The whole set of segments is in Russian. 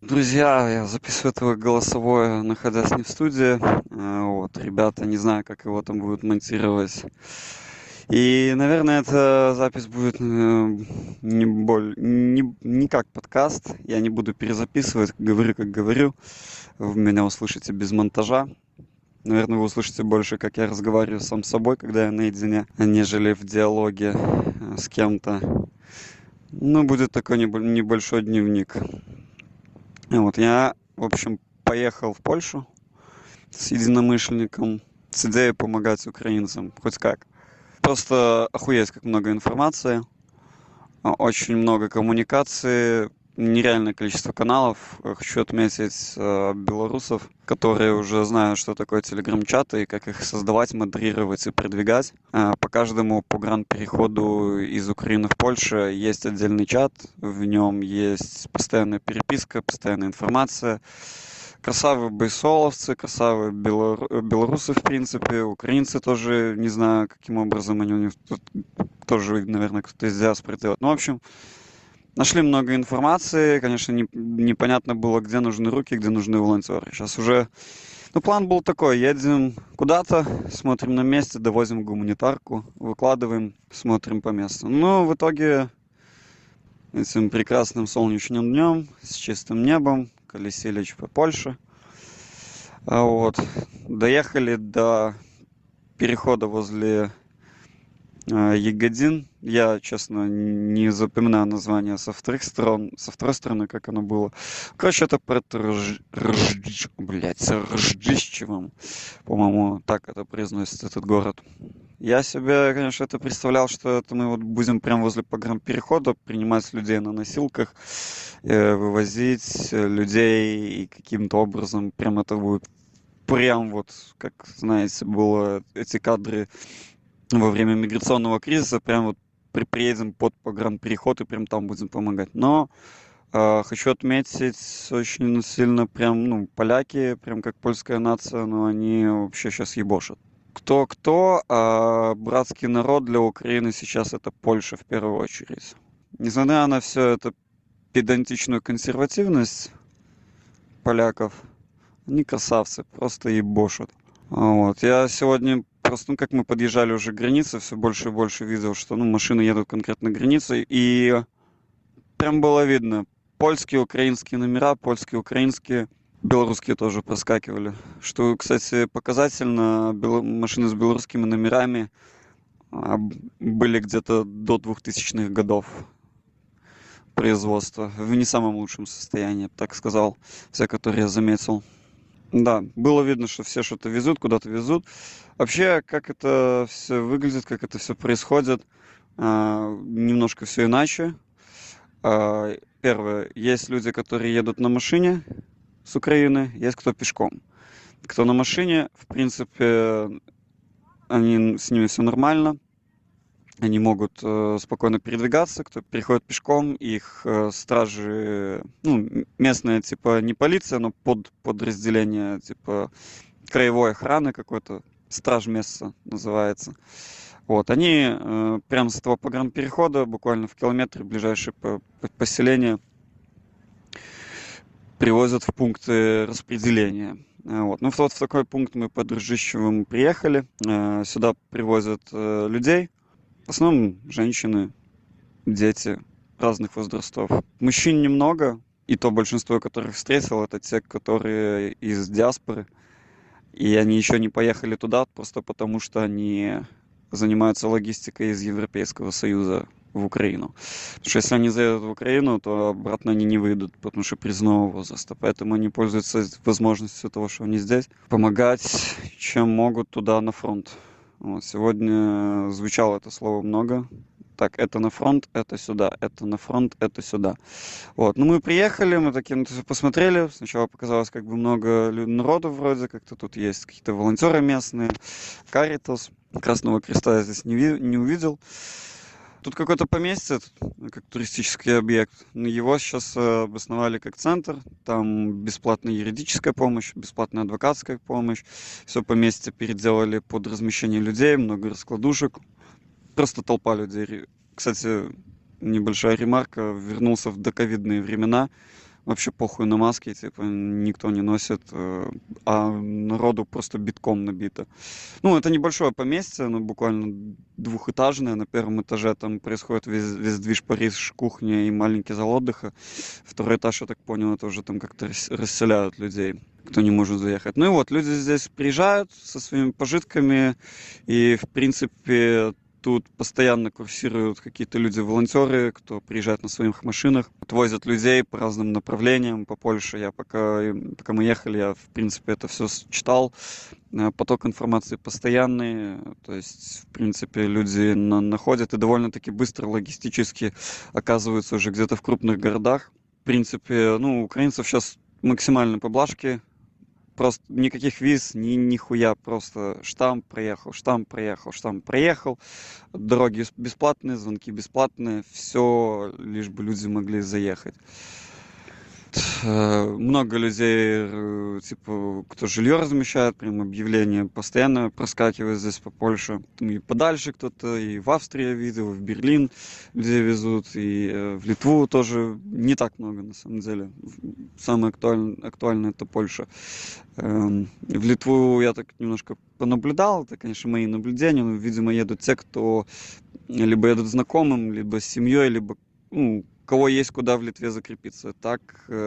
Друзья, я записываю это голосовое, находясь не в студии. Вот, ребята, не знаю, как его там будут монтировать. И, наверное, эта запись будет не как подкаст. Я не буду перезаписывать, говорю, как говорю. Вы меня услышите без монтажа. Наверное, вы услышите больше, как я разговариваю сам с собой, когда я наедине, нежели в диалоге с кем-то. Ну, будет такой небольшой дневник. Вот, я, в общем, поехал в Польшу с единомышленником с идеей помогать украинцам, хоть как. Просто охуеть, как много информации, очень много коммуникации, нереальное количество каналов. Хочу отметить белорусов, которые уже знают, что такое телеграм-чаты и как их создавать, модерировать и продвигать. По каждому погранпереходу из Украины в Польшу есть отдельный чат, в нем есть постоянная переписка, постоянная информация. Красавые байсоловцы, красавые белорусы, в принципе, украинцы тоже, не знаю, каким образом они у них тут тоже, наверное, кто-то из диаспоры делает. Ну, в общем, нашли много информации, конечно, непонятно было, где нужны руки, где нужны волонтеры. Сейчас уже, ну, план был такой, едем куда-то, смотрим на месте, довозим гуманитарку, выкладываем, смотрим по месту. Ну, в итоге, этим прекрасным солнечным днем, с чистым небом, колесили по Польше. Вот. Доехали до перехода возле Ягодин. Я, честно, не запоминаю название со вторых сторон, со второй стороны, как оно было. Короче, это под блядь, с Ржищевым. По-моему, так это произносится, этот город. Я себе, конечно, это представлял, что это мы вот будем прямо возле погранперехода принимать людей на носилках, вывозить людей и каким-то образом прям это будет прям вот, как, знаете, было эти кадры во время миграционного кризиса, прям вот приедем под погранпереход и прям там будем помогать. Но хочу отметить очень сильно прям, ну, поляки, прям как польская нация, но они вообще сейчас ебошат. Кто-кто, а братский народ для Украины сейчас это Польша в первую очередь. Несмотря на все это педантичную консервативность поляков, они красавцы, просто ебошат. Вот. Я сегодня просто, ну, как мы подъезжали уже к границе, все больше и больше видел, что, ну, машины едут конкретно к границе, и прям было видно польские, украинские номера, польские, украинские, белорусские тоже проскакивали. Что, кстати, показательно, машины с белорусскими номерами а, были где-то до 2000-х годов производства, в не самом лучшем состоянии, так сказал, все, которые я заметил. Да, было видно, что все что-то везут, куда-то везут. Вообще, как это все выглядит, как это все происходит, немножко все иначе. Первое, есть люди, которые едут на машине с Украины, есть кто пешком. Кто на машине, в принципе, с ними все нормально. Они могут спокойно передвигаться, кто переходит пешком, их стражи, ну, местная, типа, не полиция, но подразделение, типа, краевой охраны какой-то, страж места называется. Вот, они прямо с этого погранперехода, буквально в километре, ближайшее поселение, привозят в пункты распределения. Вот. Ну, вот в такой пункт мы под Ржищевым приехали. Сюда привозят людей, в основном женщины, дети разных возрастов. Мужчин немного, и то большинство, которых встретил, это те, которые из диаспоры. И они еще не поехали туда, просто потому что они занимаются логистикой из Европейского Союза в Украину. Потому что если они заедут в Украину, то обратно они не выйдут, потому что призывного возраста. Поэтому они пользуются возможностью того, что они здесь, помогать, чем могут, туда на фронт. Вот, сегодня звучало это слово много. Так, это на фронт, это сюда, это на фронт, это сюда. Вот, ну мы приехали, мы такие ну, посмотрели. Сначала показалось как бы много народу вроде, как-то тут есть какие-то волонтеры местные, Каритас. Красного Креста я здесь не увидел. Тут какое-то поместье, как туристический объект. Его сейчас обосновали как центр. Там бесплатная юридическая помощь, бесплатная адвокатская помощь. Все поместье переделали под размещение людей, много раскладушек. Просто толпа людей. Кстати, небольшая ремарка. Вернулся в доковидные времена. вообще похуй на маски, типа, никто не носит, а народу просто битком набито. Ну, это небольшое поместье, оно буквально двухэтажное. На первом этаже там происходит весь движ Париж, кухня и маленький зал отдыха. Второй этаж, я так понял, это уже там как-то расселяют людей, кто не может заехать. Ну и вот, люди здесь приезжают со своими пожитками, и, в принципе, тут постоянно курсируют какие-то люди-волонтеры, кто приезжает на своих машинах, отвозят людей по разным направлениям по Польше. Пока мы ехали, я, в принципе, это все читал. Поток информации постоянный, то есть, в принципе, люди находят и довольно-таки быстро логистически оказываются уже где-то в крупных городах. В принципе, ну, украинцев сейчас максимально поблажки. Просто никаких виз, нихуя, просто штамп проехал, штамп проехал, штамп проехал. Дороги бесплатные, звонки бесплатные, все, лишь бы люди могли заехать. Много людей, типа, кто жилье размещает, прям объявления постоянно проскакивают здесь по Польше. И подальше кто-то, и в Австрию я видел, и в Берлин людей везут, и в Литву тоже не так много, на самом деле. Самое актуальное это Польша. В Литву я так немножко понаблюдал, это, конечно, мои наблюдения, но, видимо, едут те, кто либо едут знакомым, либо с семьей, либо, ну, кого есть куда в Литве закрепиться. Так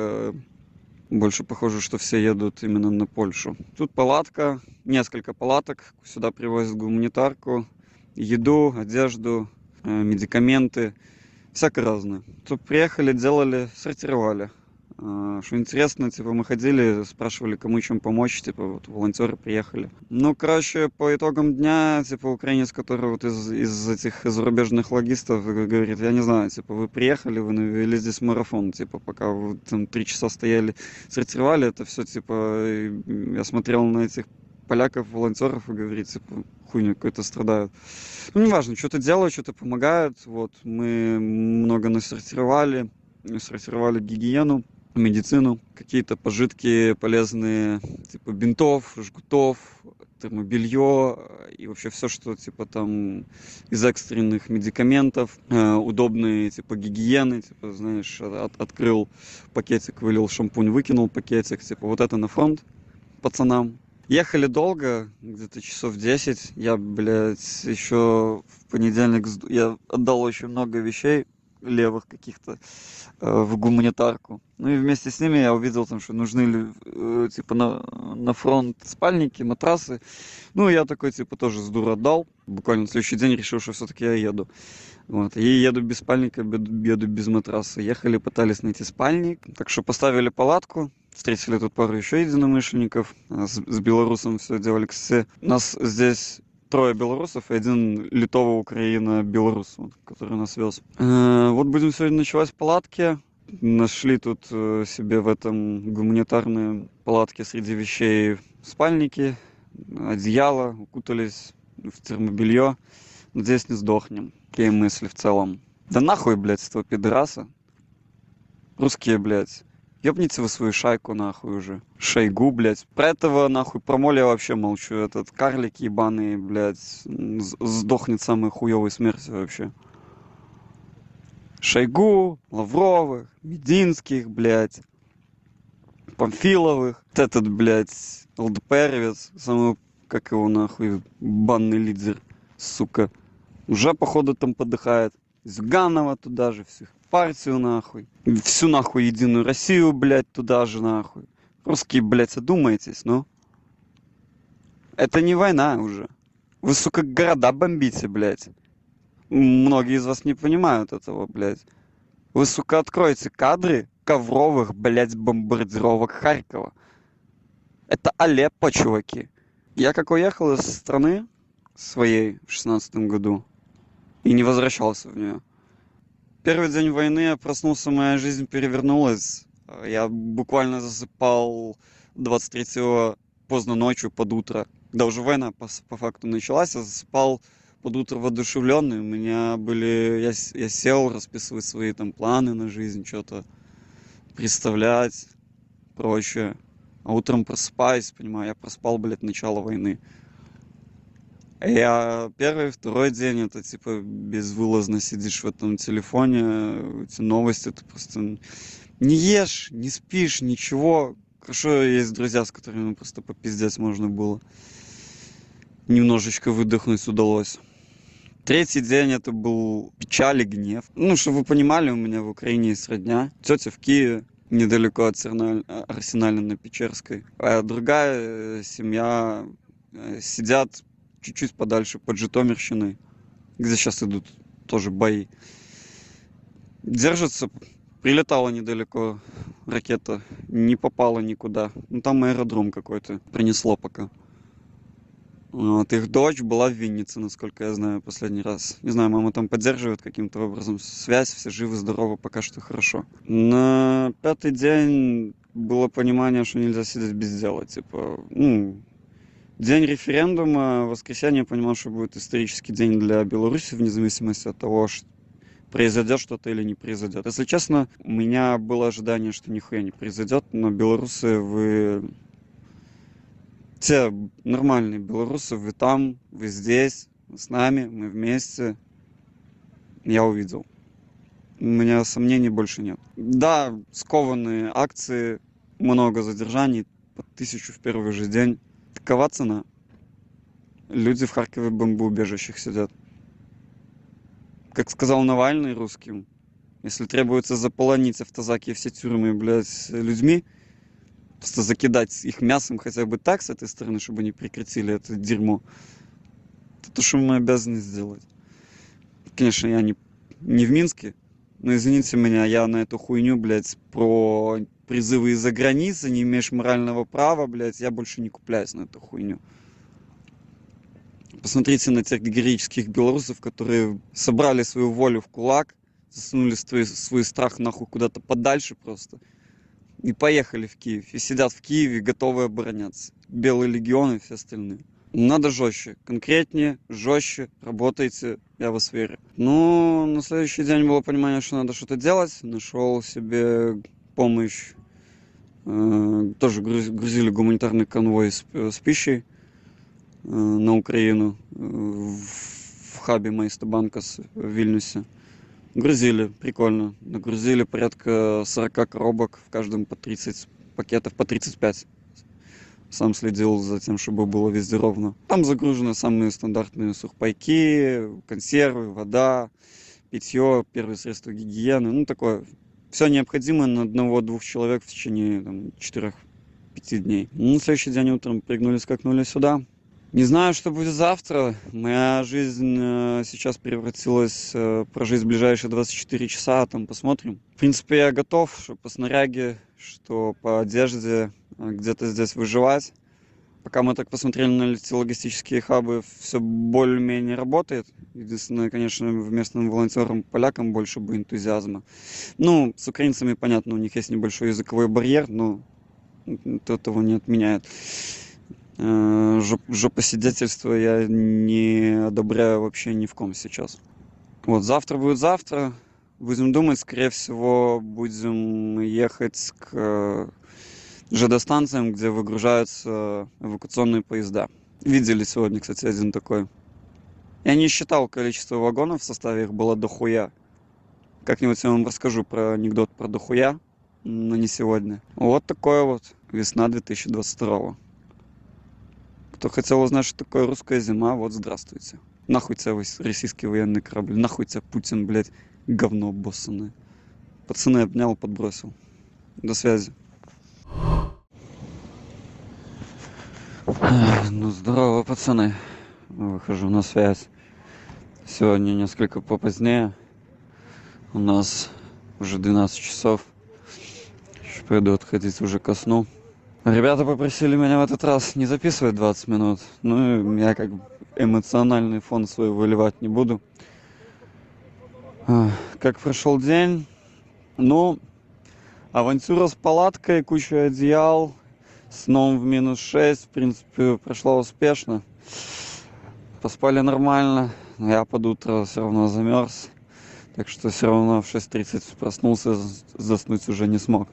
больше похоже, что все едут именно на Польшу. Тут палатка, несколько палаток. Сюда привозят гуманитарку, еду, одежду, медикаменты. Всякое разное. Тут приехали, делали, сортировали. Что интересно, типа, мы ходили, спрашивали, кому чем помочь, типа, вот волонтеры приехали. Ну, короче, по итогам дня, типа, украинец, который вот из этих зарубежных логистов говорит, я не знаю, типа, вы приехали, вы навели здесь марафон, типа, пока вы там 3 часа стояли, сортировали это все, типа, я смотрел на этих поляков, волонтеров и говорит, типа, хуйню какой-то страдают. Ну, неважно, что-то делают, что-то помогают, вот, мы много насортировали гигиену, медицину, какие-то пожитки полезные, типа бинтов, жгутов, термобелье и вообще все, что типа там из экстренных медикаментов, удобные типа гигиены, типа, знаешь, открыл пакетик, вылил шампунь, выкинул пакетик, типа вот это на фронт пацанам. Ехали долго, где-то часов 10. Я, блядь, еще в понедельник я отдал очень много вещей левых каких-то в гуманитарку. Ну и вместе с ними я увидел там, что нужны типа на фронт спальники, матрасы. Ну я такой типа тоже с дуру отдал. Буквально на следующий день решил, что все-таки я еду. Вот. И еду без спальника, еду без матраса. Ехали, пытались найти спальник. Так что поставили палатку. Встретили тут пару еще единомышленников. С белорусом все делали. Кстати, у нас здесь 3 белорусов и 1 Литова-Украина-белорус, вот, который нас вез. Вот будем сегодня ночевать в палатке. Нашли тут себе в этом гуманитарной палатке среди вещей спальники, одеяло, укутались в термобелье. Надеюсь, не сдохнем. Какие мысли в целом? Да нахуй, блядь, этого пидораса. Русские, блядь. Ёбните вы свою шайку, нахуй, уже. Шойгу, блядь. Про этого, нахуй, про Моли я вообще молчу. Этот карлик ебаный, блядь, сдохнет самой хуёвой смертью вообще. Шойгу, Лавровых, Мединских, блядь, Памфиловых. Вот этот, блядь, ЛДПРовец, самый, как его, нахуй, банный лидер, сука. Уже, походу, там подыхает. Зюганова туда же, всех партию, нахуй. Всю, нахуй, Единую Россию, блядь, туда же, нахуй. Русские, блядь, одумайтесь, ну. Это не война уже. Вы, сука, города бомбите, блядь. Многие из вас не понимают этого, блядь. Вы, сука, откроете кадры ковровых, блядь, бомбардировок Харькова. Это Алеппо, чуваки. Я как уехал из страны своей в 16-м году и не возвращался в нее. Первый день войны я проснулся, моя жизнь перевернулась. Я буквально засыпал 23-го поздно ночью под утро. Когда уже война по факту началась, я засыпал под утро воодушевленный. У меня были... Я сел расписывать свои там планы на жизнь, что-то представлять, прочее. А утром просыпаюсь, понимаю, я проспал, блядь, начало войны. Я первый, второй день это типа безвылазно сидишь в этом телефоне, эти новости, ты просто не ешь, не спишь, ничего. Хорошо, есть друзья, с которыми просто попиздец можно было. Немножечко выдохнуть удалось. Третий день это был печаль и гнев. Ну, чтобы вы понимали, у меня в Украине есть родня. Тетя в Киеве, недалеко от Арсенала на Печерской. А другая семья сидят чуть-чуть подальше, под Житомирщиной, где сейчас идут тоже бои. Держатся. Прилетала недалеко ракета, не попала никуда. Ну, там аэродром какой-то принесло пока. Вот, их дочь была в Виннице, насколько я знаю, последний раз. Не знаю, мама там поддерживает каким-то образом связь, все живы-здоровы, пока что хорошо. На пятый день было понимание, что нельзя сидеть без дела. Типа, день референдума, в воскресенье я понимал, что будет исторический день для Беларуси, вне зависимости от того, что произойдет что-то или не произойдет. Если честно, у меня было ожидание, что нихуя не произойдет, но белорусы, вы... Те нормальные белорусы, вы там, вы здесь, с нами, мы вместе. Я увидел. У меня сомнений больше нет. Да, скованные акции, много задержаний, по 1000 в первый же день. Такова цена. Люди в Харькове в бомбоубежищах сидят. Как сказал Навальный русским, если требуется заполонить автозаки и все тюрьмы, блядь, людьми, просто закидать их мясом хотя бы так с этой стороны, чтобы они прекратили это дерьмо, это то, что мы обязаны сделать. Конечно, я не в Минске, но извините меня, я на эту хуйню, блядь, про призывы из-за границы, не имеешь морального права, блядь, я больше не купляюсь на эту хуйню. Посмотрите на тех героических белорусов, которые собрали свою волю в кулак, засунули свой страх нахуй куда-то подальше просто и поехали в Киев. И сидят в Киеве, готовы обороняться. Белый легион и все остальные. Надо жестче, конкретнее, жестче, работайте, я вас верю. Ну, на следующий день было понимание, что надо что-то делать. Нашел себе помощь. Тоже грузили гуманитарный конвой с пищей на Украину в хабе Майстабанкас в Вильнюсе. Грузили, прикольно. Нагрузили порядка 40 коробок, в каждом по 30 пакетов, по 35. Сам следил за тем, чтобы было везде ровно. Там загружены самые стандартные сухпайки, консервы, вода, питье, первые средства гигиены. Ну, такое. Все необходимое на 1-2 человек в течение 4-5 дней. На следующий день утром пригнули, скакнули сюда. Не знаю, что будет завтра. Моя жизнь сейчас превратилась прожить ближайшие 24 часа, там посмотрим. В принципе, я готов, что по снаряге, что по одежде, где-то здесь выживать. Пока мы так посмотрели на эти логистические хабы, все более-менее работает. Единственное, конечно, местным волонтерам, полякам больше бы энтузиазма. Ну, с украинцами, понятно, у них есть небольшой языковой барьер, но это этого не отменяет. Жопосидетельство я не одобряю вообще ни в ком сейчас. Вот, завтра будет завтра. Будем думать, скорее всего, будем ехать к ЖД-станциям, где выгружаются эвакуационные поезда. Видели сегодня, кстати, один такой. Я не считал количество вагонов в составе, их было дохуя. Как-нибудь я вам расскажу про анекдот про дохуя, но не сегодня. Вот такое вот. Весна 2022. Кто хотел узнать, что такое русская зима, вот здравствуйте. Нахуй тебя российский военный корабль, нахуй тебя Путин, блядь, говно обоссанное. Пацаны обнял, подбросил. До связи. Ну здорово, пацаны. Выхожу на связь. Сегодня несколько попозднее. У нас уже 12 часов. Еще пойду отходить уже ко сну. Ребята попросили меня в этот раз не записывать 20 минут. Ну, я как эмоциональный фон свой выливать не буду. Как прошел день? Ну, авантюра с палаткой, куча одеял, сном в -6, в принципе, прошла успешно. Поспали нормально, но я под утро все равно замерз. Так что все равно в 6:30 проснулся, заснуть уже не смог.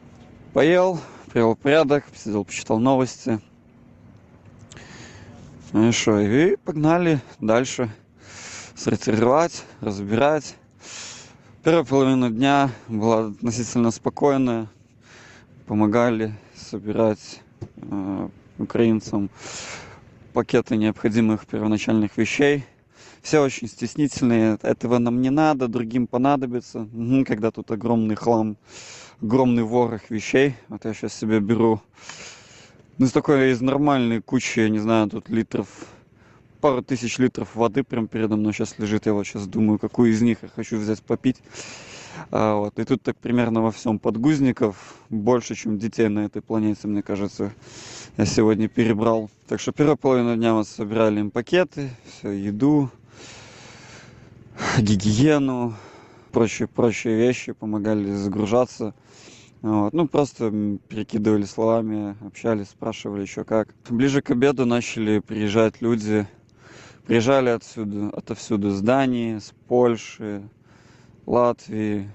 Поел, привел порядок, посидел, почитал новости. Ну и что, и погнали дальше сортировать, разбирать. Первая половина дня была относительно спокойная. Помогали собирать украинцам пакеты необходимых первоначальных вещей. Все очень стеснительные. Этого нам не надо, другим понадобится. Когда тут огромный хлам, огромный ворох вещей. Вот я сейчас себе беру, ну, из такой, из нормальной кучи, я не знаю, тут литров, пару тысяч литров воды прям передо мной сейчас лежит. Я вот сейчас думаю, какую из них я хочу взять попить. Вот. И тут так примерно во всем подгузников больше, чем детей на этой планете, мне кажется, я сегодня перебрал. Так что первую половину дня мы собирали им пакеты, все, еду, гигиену, прочие вещи, помогали загружаться. Вот. Ну, просто перекидывали словами, общались, спрашивали еще как. Ближе к обеду начали приезжать люди. Приезжали отовсюду, с Дании, с Польши, Латвии,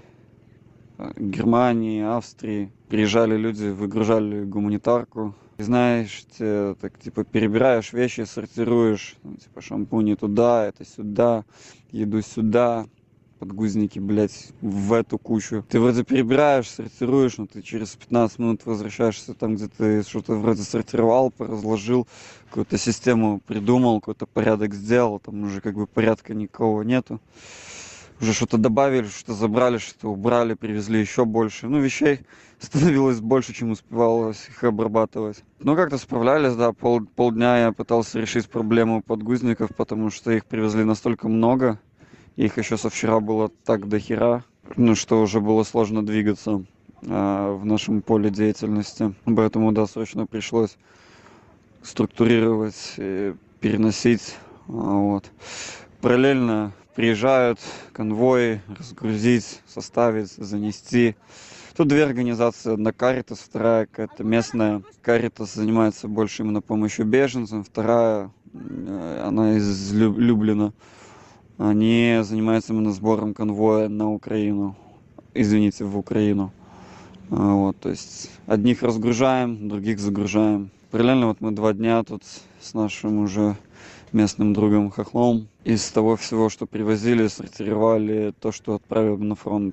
Германии, Австрии. Приезжали люди, выгружали гуманитарку. И знаешь, ты так типа перебираешь вещи, сортируешь, типа шампуни туда, это сюда, еду сюда, подгузники, блядь, в эту кучу. Ты вроде перебираешь, сортируешь, но ты через 15 минут возвращаешься там, где ты что-то вроде сортировал, поразложил, какую-то систему придумал, какой-то порядок сделал, там уже как бы порядка никакого нету. Уже что-то добавили, что-то забрали, что-то убрали, привезли еще больше. Ну, вещей становилось больше, чем успевалось их обрабатывать. Ну, как-то справлялись, да. Полдня я пытался решить проблему подгузников, потому что их привезли настолько много. Их еще со вчера было так до хера, ну, что уже было сложно двигаться в нашем поле деятельности. Поэтому, да, срочно пришлось структурировать и переносить. Вот. Параллельно приезжают конвои, разгрузить, составить, занести. Тут две организации. Одна Каритас, вторая какая-то местная. Каритас занимается больше именно помощью беженцам. Вторая, она из Люблина. Они занимаются именно сбором конвоя на Украину. Извините, в Украину. Вот, то есть одних разгружаем, других загружаем. Параллельно вот мы 2 дня тут с нашим уже местным другом Хохлом из того всего, что привозили, сортировали то, что отправили на фронт.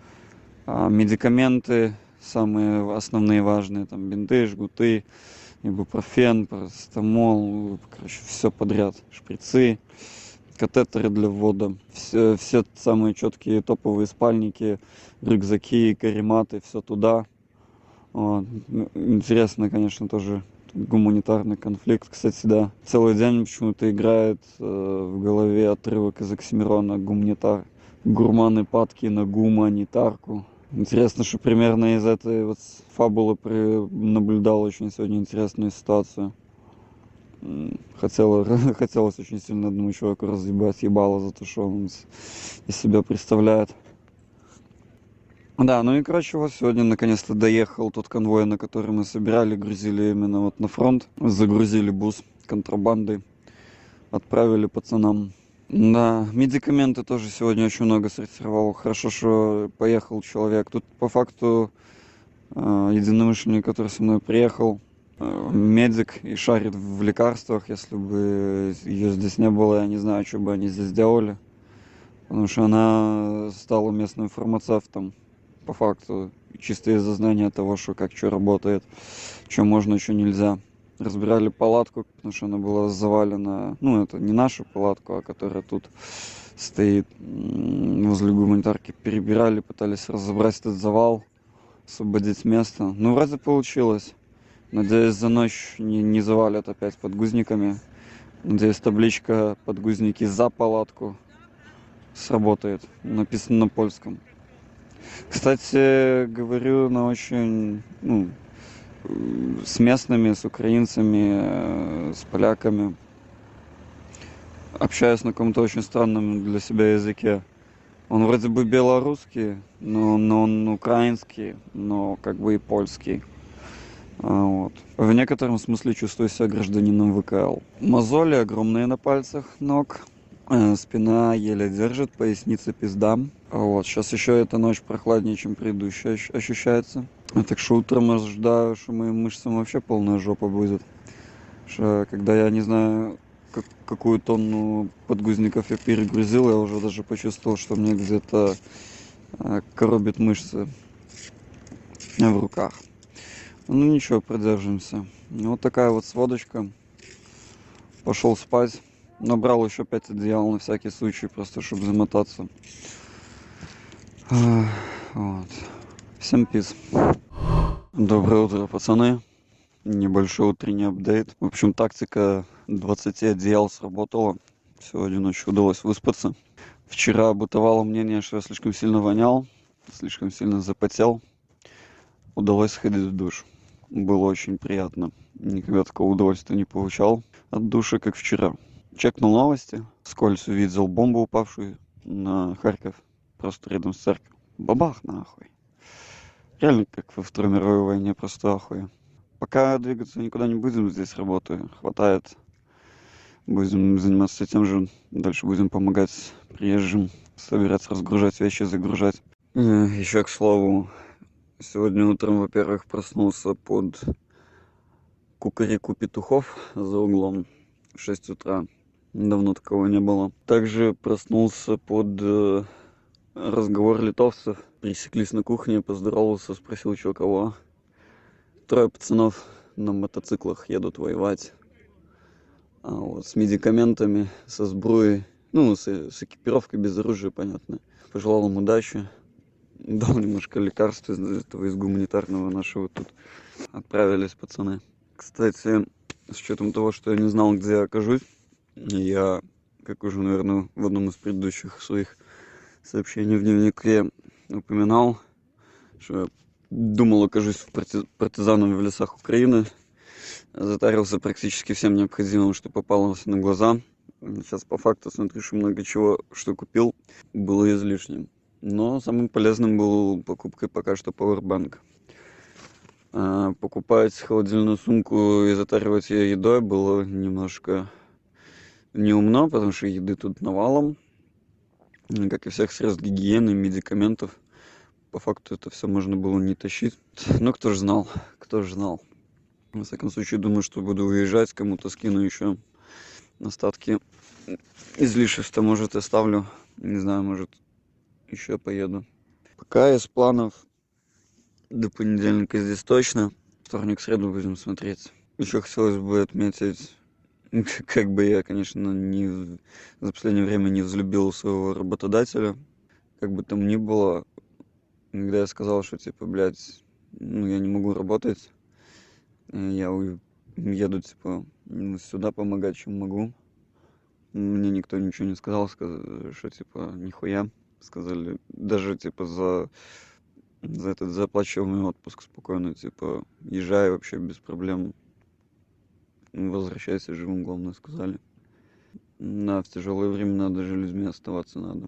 Медикаменты, самые основные важные, там бинты, жгуты, ибупрофен, парацетамол, короче, все подряд, шприцы, катетеры для ввода, все самые четкие топовые спальники, рюкзаки, карематы, все туда. Вот. Интересно, конечно, тоже гуманитарный конфликт. Кстати, да, целый день почему-то играет в голове отрывок из Оксимирона «Гуманитар». Гурманы падки на гуманитарку. Интересно, что примерно из этой вот фабулы наблюдал очень сегодня интересную ситуацию. Хотелось очень сильно одному человеку разъебать ебало за то, что он из себя представляет. Да, ну и короче, вот сегодня наконец-то доехал тот конвой, на который мы собирали, грузили именно вот на фронт. Загрузили бус контрабандой, отправили пацанам. Да, медикаменты тоже сегодня очень много сортировал. Хорошо, что поехал человек. Тут по факту единомышленник, который со мной приехал, медик и шарит в лекарствах. Если бы ее здесь не было, я не знаю, что бы они здесь делали. Потому что она стала местным фармацевтом. По факту, чисто из-за знания того, что как что работает, что можно, что нельзя. Разбирали палатку, потому что она была завалена, ну, это не нашу палатку, а которая тут стоит возле гуманитарки. Перебирали, пытались разобрать этот завал, освободить место. Ну, вроде получилось. Надеюсь, за ночь не завалят опять подгузниками. Надеюсь, табличка «Подгузники за палатку» сработает. Написано на польском. Кстати, говорю на очень, с местными, с украинцами, с поляками. Общаюсь на каком-то очень странном для себя языке. Он вроде бы белорусский, но он украинский, но как бы и польский. Вот. В некотором смысле чувствую себя гражданином ВКЛ. Мозоли огромные на пальцах ног. Спина еле держит, поясница пизда. Вот. Сейчас еще эта ночь прохладнее, чем предыдущая ощущается. Так что утром ожидаю, что моим мышцам вообще полная жопа будет. Что когда я, не знаю, какую тонну подгузников я перегрузил, я уже даже почувствовал, что мне где-то коробит мышцы в руках. Ну ничего, продержимся. Вот такая вот сводочка. Пошел спать. Набрал еще 5 одеял на всякий случай, просто чтобы замотаться. Вот. Всем пиз. Доброе утро, пацаны. Небольшой утренний апдейт. В общем, тактика 20 одеял сработала. Сегодня ночью удалось выспаться. Вчера бытовало мнение, что я слишком сильно вонял, слишком сильно запотел. Удалось сходить в душ. Было очень приятно. Никогда такого удовольствия не получал от душа, как вчера. Чекнул новости. Вскользь увидел бомбу, упавшую на Харьков. Просто рядом с церковью. Бабах нахуй. Реально, как во Второй мировой войне, просто ахуя. Пока двигаться никуда не будем, здесь работы хватает. Будем заниматься тем же. Дальше будем помогать приезжим собираться, разгружать вещи, загружать. Еще, к слову, сегодня утром, во-первых, проснулся под кукареку петухов за углом в 6 утра. Давно такого не было. Также проснулся под разговор литовцев. Пересеклись на кухне, поздоровался, спросил, что кого. 3 пацанов на мотоциклах едут воевать. Вот, с медикаментами, со сбруей, ну, с экипировкой, без оружия, понятно. Пожелал им удачи. Дал немножко лекарств из гуманитарного нашего тут. Отправились пацаны. Кстати, с учетом того, что я не знал, где я окажусь, я, как уже, наверное, в одном из предыдущих своих сообщений в дневнике упоминал, что я думал, окажусь в партизанами в лесах Украины. Затарился практически всем необходимым, что попалось на глаза. Сейчас по факту смотрю, что много чего, что купил, было излишним. Но самым полезным был покупкой пока что Powerbank. Покупать холодильную сумку и затаривать ее едой было немножко неумно, потому что еды тут навалом, как и всех средств гигиены, медикаментов. По факту это все можно было не тащить. Но кто ж знал, кто ж знал. Во всяком случае, думаю, что буду уезжать, кому-то скину еще остатки излишеств, может, оставлю. Не знаю, может, еще поеду. Пока из планов до понедельника здесь точно. Вторник, среду будем смотреть. Еще хотелось бы отметить, как бы я, конечно, за последнее время не взлюбил своего работодателя. Как бы там ни было, когда я сказал, что, типа, блядь, ну, я не могу работать, я еду, типа, сюда помогать, чем могу. Мне никто ничего не сказал, что, типа, нихуя. Сказали, даже, типа, за этот заплачиваемый отпуск спокойно, типа, езжай вообще без проблем. Возвращайся живым, главное, сказали. Да, в тяжелые времена даже людьми оставаться надо.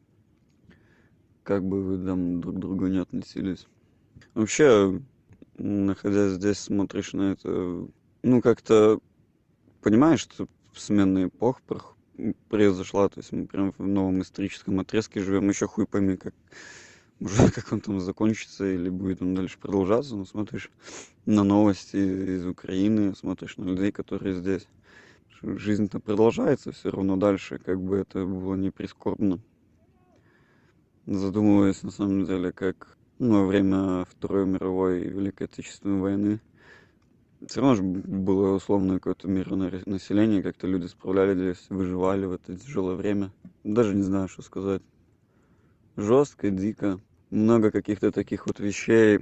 Как бы вы там друг к другу не относились. Вообще, находясь здесь, смотришь на это, ну, как-то понимаешь, что сменная эпоха произошла, то есть мы прям в новом историческом отрезке живем, еще хуй пойми, как, может, как он там закончится или будет он дальше продолжаться, но смотришь на новости из Украины, смотришь на людей, которые здесь. Жизнь-то продолжается все равно дальше, как бы это было не прискорбно. Задумываясь, на самом деле, как во время Второй мировой и Великой Отечественной войны все равно же было условно какое-то мирное население, как-то люди справлялись, выживали в это тяжелое время. Даже не знаю, что сказать. Жестко, дико. Много каких-то таких вот вещей.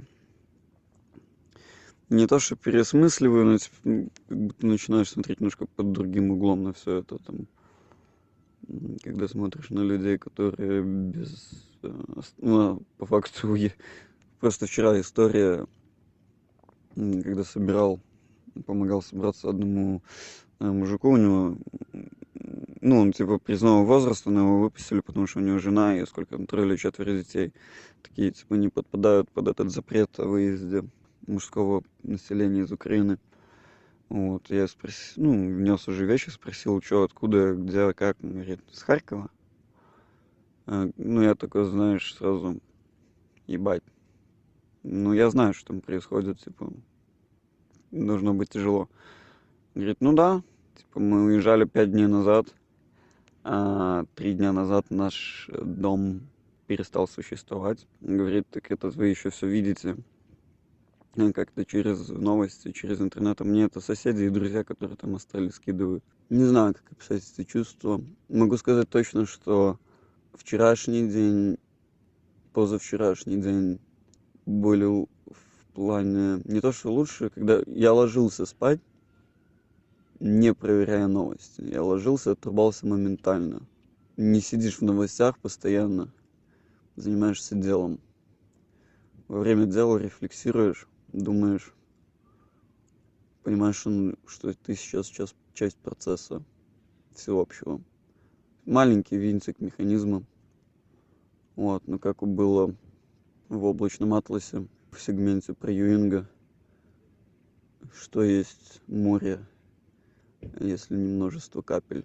Не то, что переосмысливаю, но типа, как бы ты начинаешь смотреть немножко под другим углом на все это. Там, когда смотришь на людей, которые без... Ну, по факту, просто вчера история, когда помогал собраться одному мужику, у него, ну, он типа призывного возраста, но его выпустили, потому что у него жена и сколько там, 3 или 4 детей. Такие, типа, не подпадают под этот запрет о выезде мужского населения из Украины. Вот, я спросил, ну, внес уже вещи, спросил, что, откуда, где, как. Он говорит, с Харькова. Ну, я такой, знаешь, сразу, ебать. Ну, я знаю, что там происходит, типа, должно быть тяжело. Говорит, ну да, Типа мы уезжали 5 дней назад, а 3 дня назад наш дом перестал существовать. Говорит, так это вы еще все видите. Как-то через новости, через интернет. А мне это соседи и друзья, которые там остались, скидывают. Не знаю, как описать эти чувства. Могу сказать точно, что вчерашний день, позавчерашний день были в плане не то что лучше, когда я ложился спать, не проверяя новости. Я ложился, отрубался моментально. Не сидишь в новостях постоянно, занимаешься делом. Во время дела рефлексируешь, думаешь, понимаешь, что ты сейчас часть процесса всеобщего. Маленький винтик механизма. Вот, но как было в облачном атласе, в сегменте про Юинга, что есть море, если не множество капель.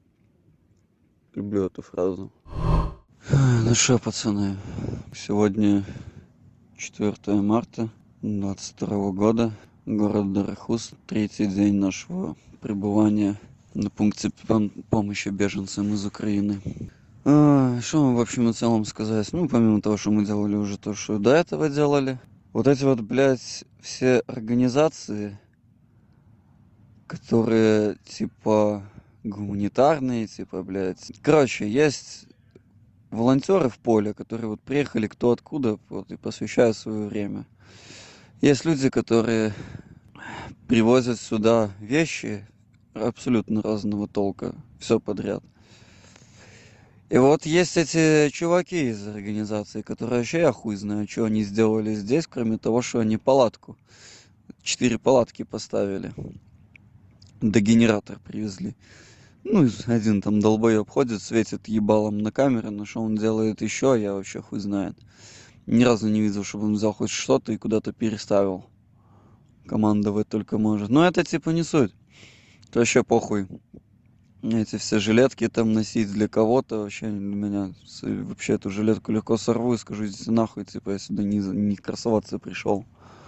Люблю эту фразу. Ну что, пацаны, сегодня 4 марта 2022 года, город Дарахус, третий день нашего пребывания на пункте помощи беженцам из Украины. Что мы в общем и целом сказать? Ну, помимо того, что мы делали уже то, что до этого делали. Вот эти вот, блядь, все организации, которые, типа, гуманитарные, типа, блядь. Короче, есть волонтеры в поле, которые вот приехали кто откуда, вот, и посвящают свое время. Есть люди, которые привозят сюда вещи абсолютно разного толка, все подряд. И вот есть эти чуваки из организации, которые вообще я хуй знаю, что они сделали здесь, кроме того, что они палатку, 4 палатки поставили, дегенератор привезли. Ну, один там долбоеб ходит, светит ебалом на камеры, но что он делает еще, я вообще хуй знает. Ни разу не видел, чтобы он взял хоть что-то и куда-то переставил. Командовать только может. Но это типа не суть. Это вообще похуй. Эти все жилетки там носить для кого-то, вообще для меня, вообще эту жилетку легко сорву и скажу, идите нахуй, типа я сюда не красоваться пришел.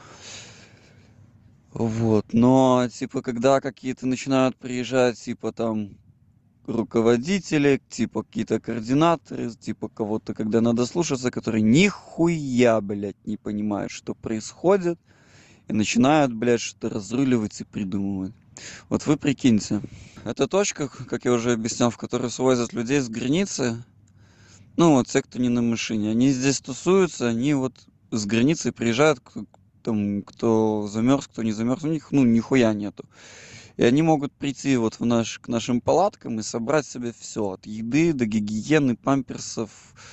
Вот, но типа когда какие-то начинают приезжать, типа там руководители, типа какие-то координаторы, типа кого-то, когда надо слушаться, которые нихуя, блядь, не понимают, что происходит, и начинают, блядь, что-то разруливать и придумывать. Вот вы прикиньте, это точка, как я уже объяснял, в которой свозят людей с границы, ну вот те, кто не на машине, они здесь тусуются, они вот с границы приезжают, там, кто замерз, кто не замерз, у них, ну, нихуя нету. И они могут прийти вот к нашим палаткам и собрать себе все, от еды до гигиены, памперсов,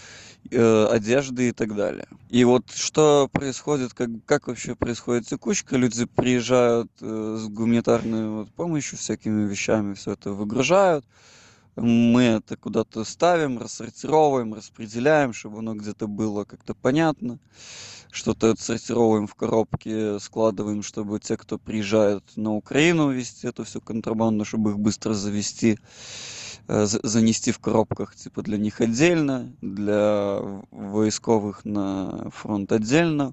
одежды и так далее. И вот что происходит, как вообще происходит текучка, люди приезжают с гуманитарной вот помощью, всякими вещами, все это выгружают, мы это куда-то ставим, рассортировываем, распределяем, чтобы оно где-то было как-то понятно. Что-то отсортировываем в коробки, складываем, чтобы те, кто приезжает на Украину, везти эту всю контрабанду, чтобы их быстро завести, занести в коробках, типа для них отдельно, для войсковых на фронт отдельно,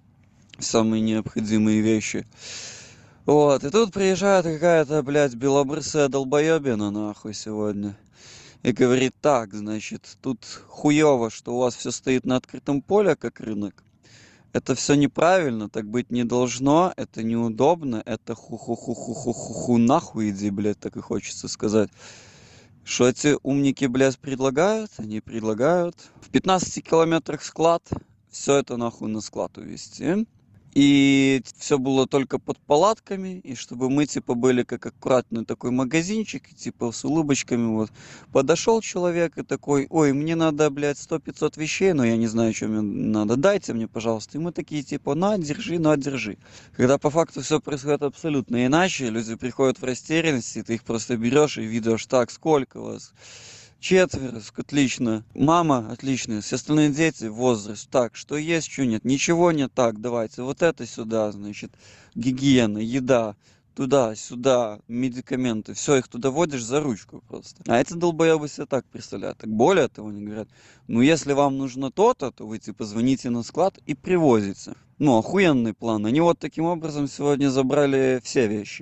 самые необходимые вещи. Вот, и тут приезжает какая-то, блядь, белобрысая долбоебина, нахуй, сегодня. И говорит, так, значит, тут хуёво, что у вас все стоит на открытом поле, как рынок. Это все неправильно, так быть не должно, это неудобно, это ху-ху-ху-ху-ху-ху-ху, нахуй иди, блядь, так и хочется сказать. Что эти умники, блядь, предлагают? Они предлагают в 15 километрах склад, все это нахуй на склад увезти. И все было только под палатками, и чтобы мы, типа, были как аккуратный такой магазинчик, типа, с улыбочками, вот. Подошел человек и такой, ой, мне надо, блядь, 100-500 вещей, но я не знаю, что мне надо, дайте мне, пожалуйста. И мы такие, типа, на, держи. Когда по факту все происходит абсолютно иначе, люди приходят в растерянность, и ты их просто берешь и видишь, так, сколько вас? 4, отлично. Мама, отлично. Все остальные дети, возраст. Так, что есть, что нет? Ничего нет. Так, давайте. Вот это сюда, значит. Гигиена, еда. Туда, сюда, медикаменты. Все, их туда водишь за ручку просто. А эти долбоебы себе так представляют. Так более того, они говорят, ну если вам нужно то-то, то вы типа звоните на склад и привозите. Ну, охуенный план. Они вот таким образом сегодня забрали все вещи.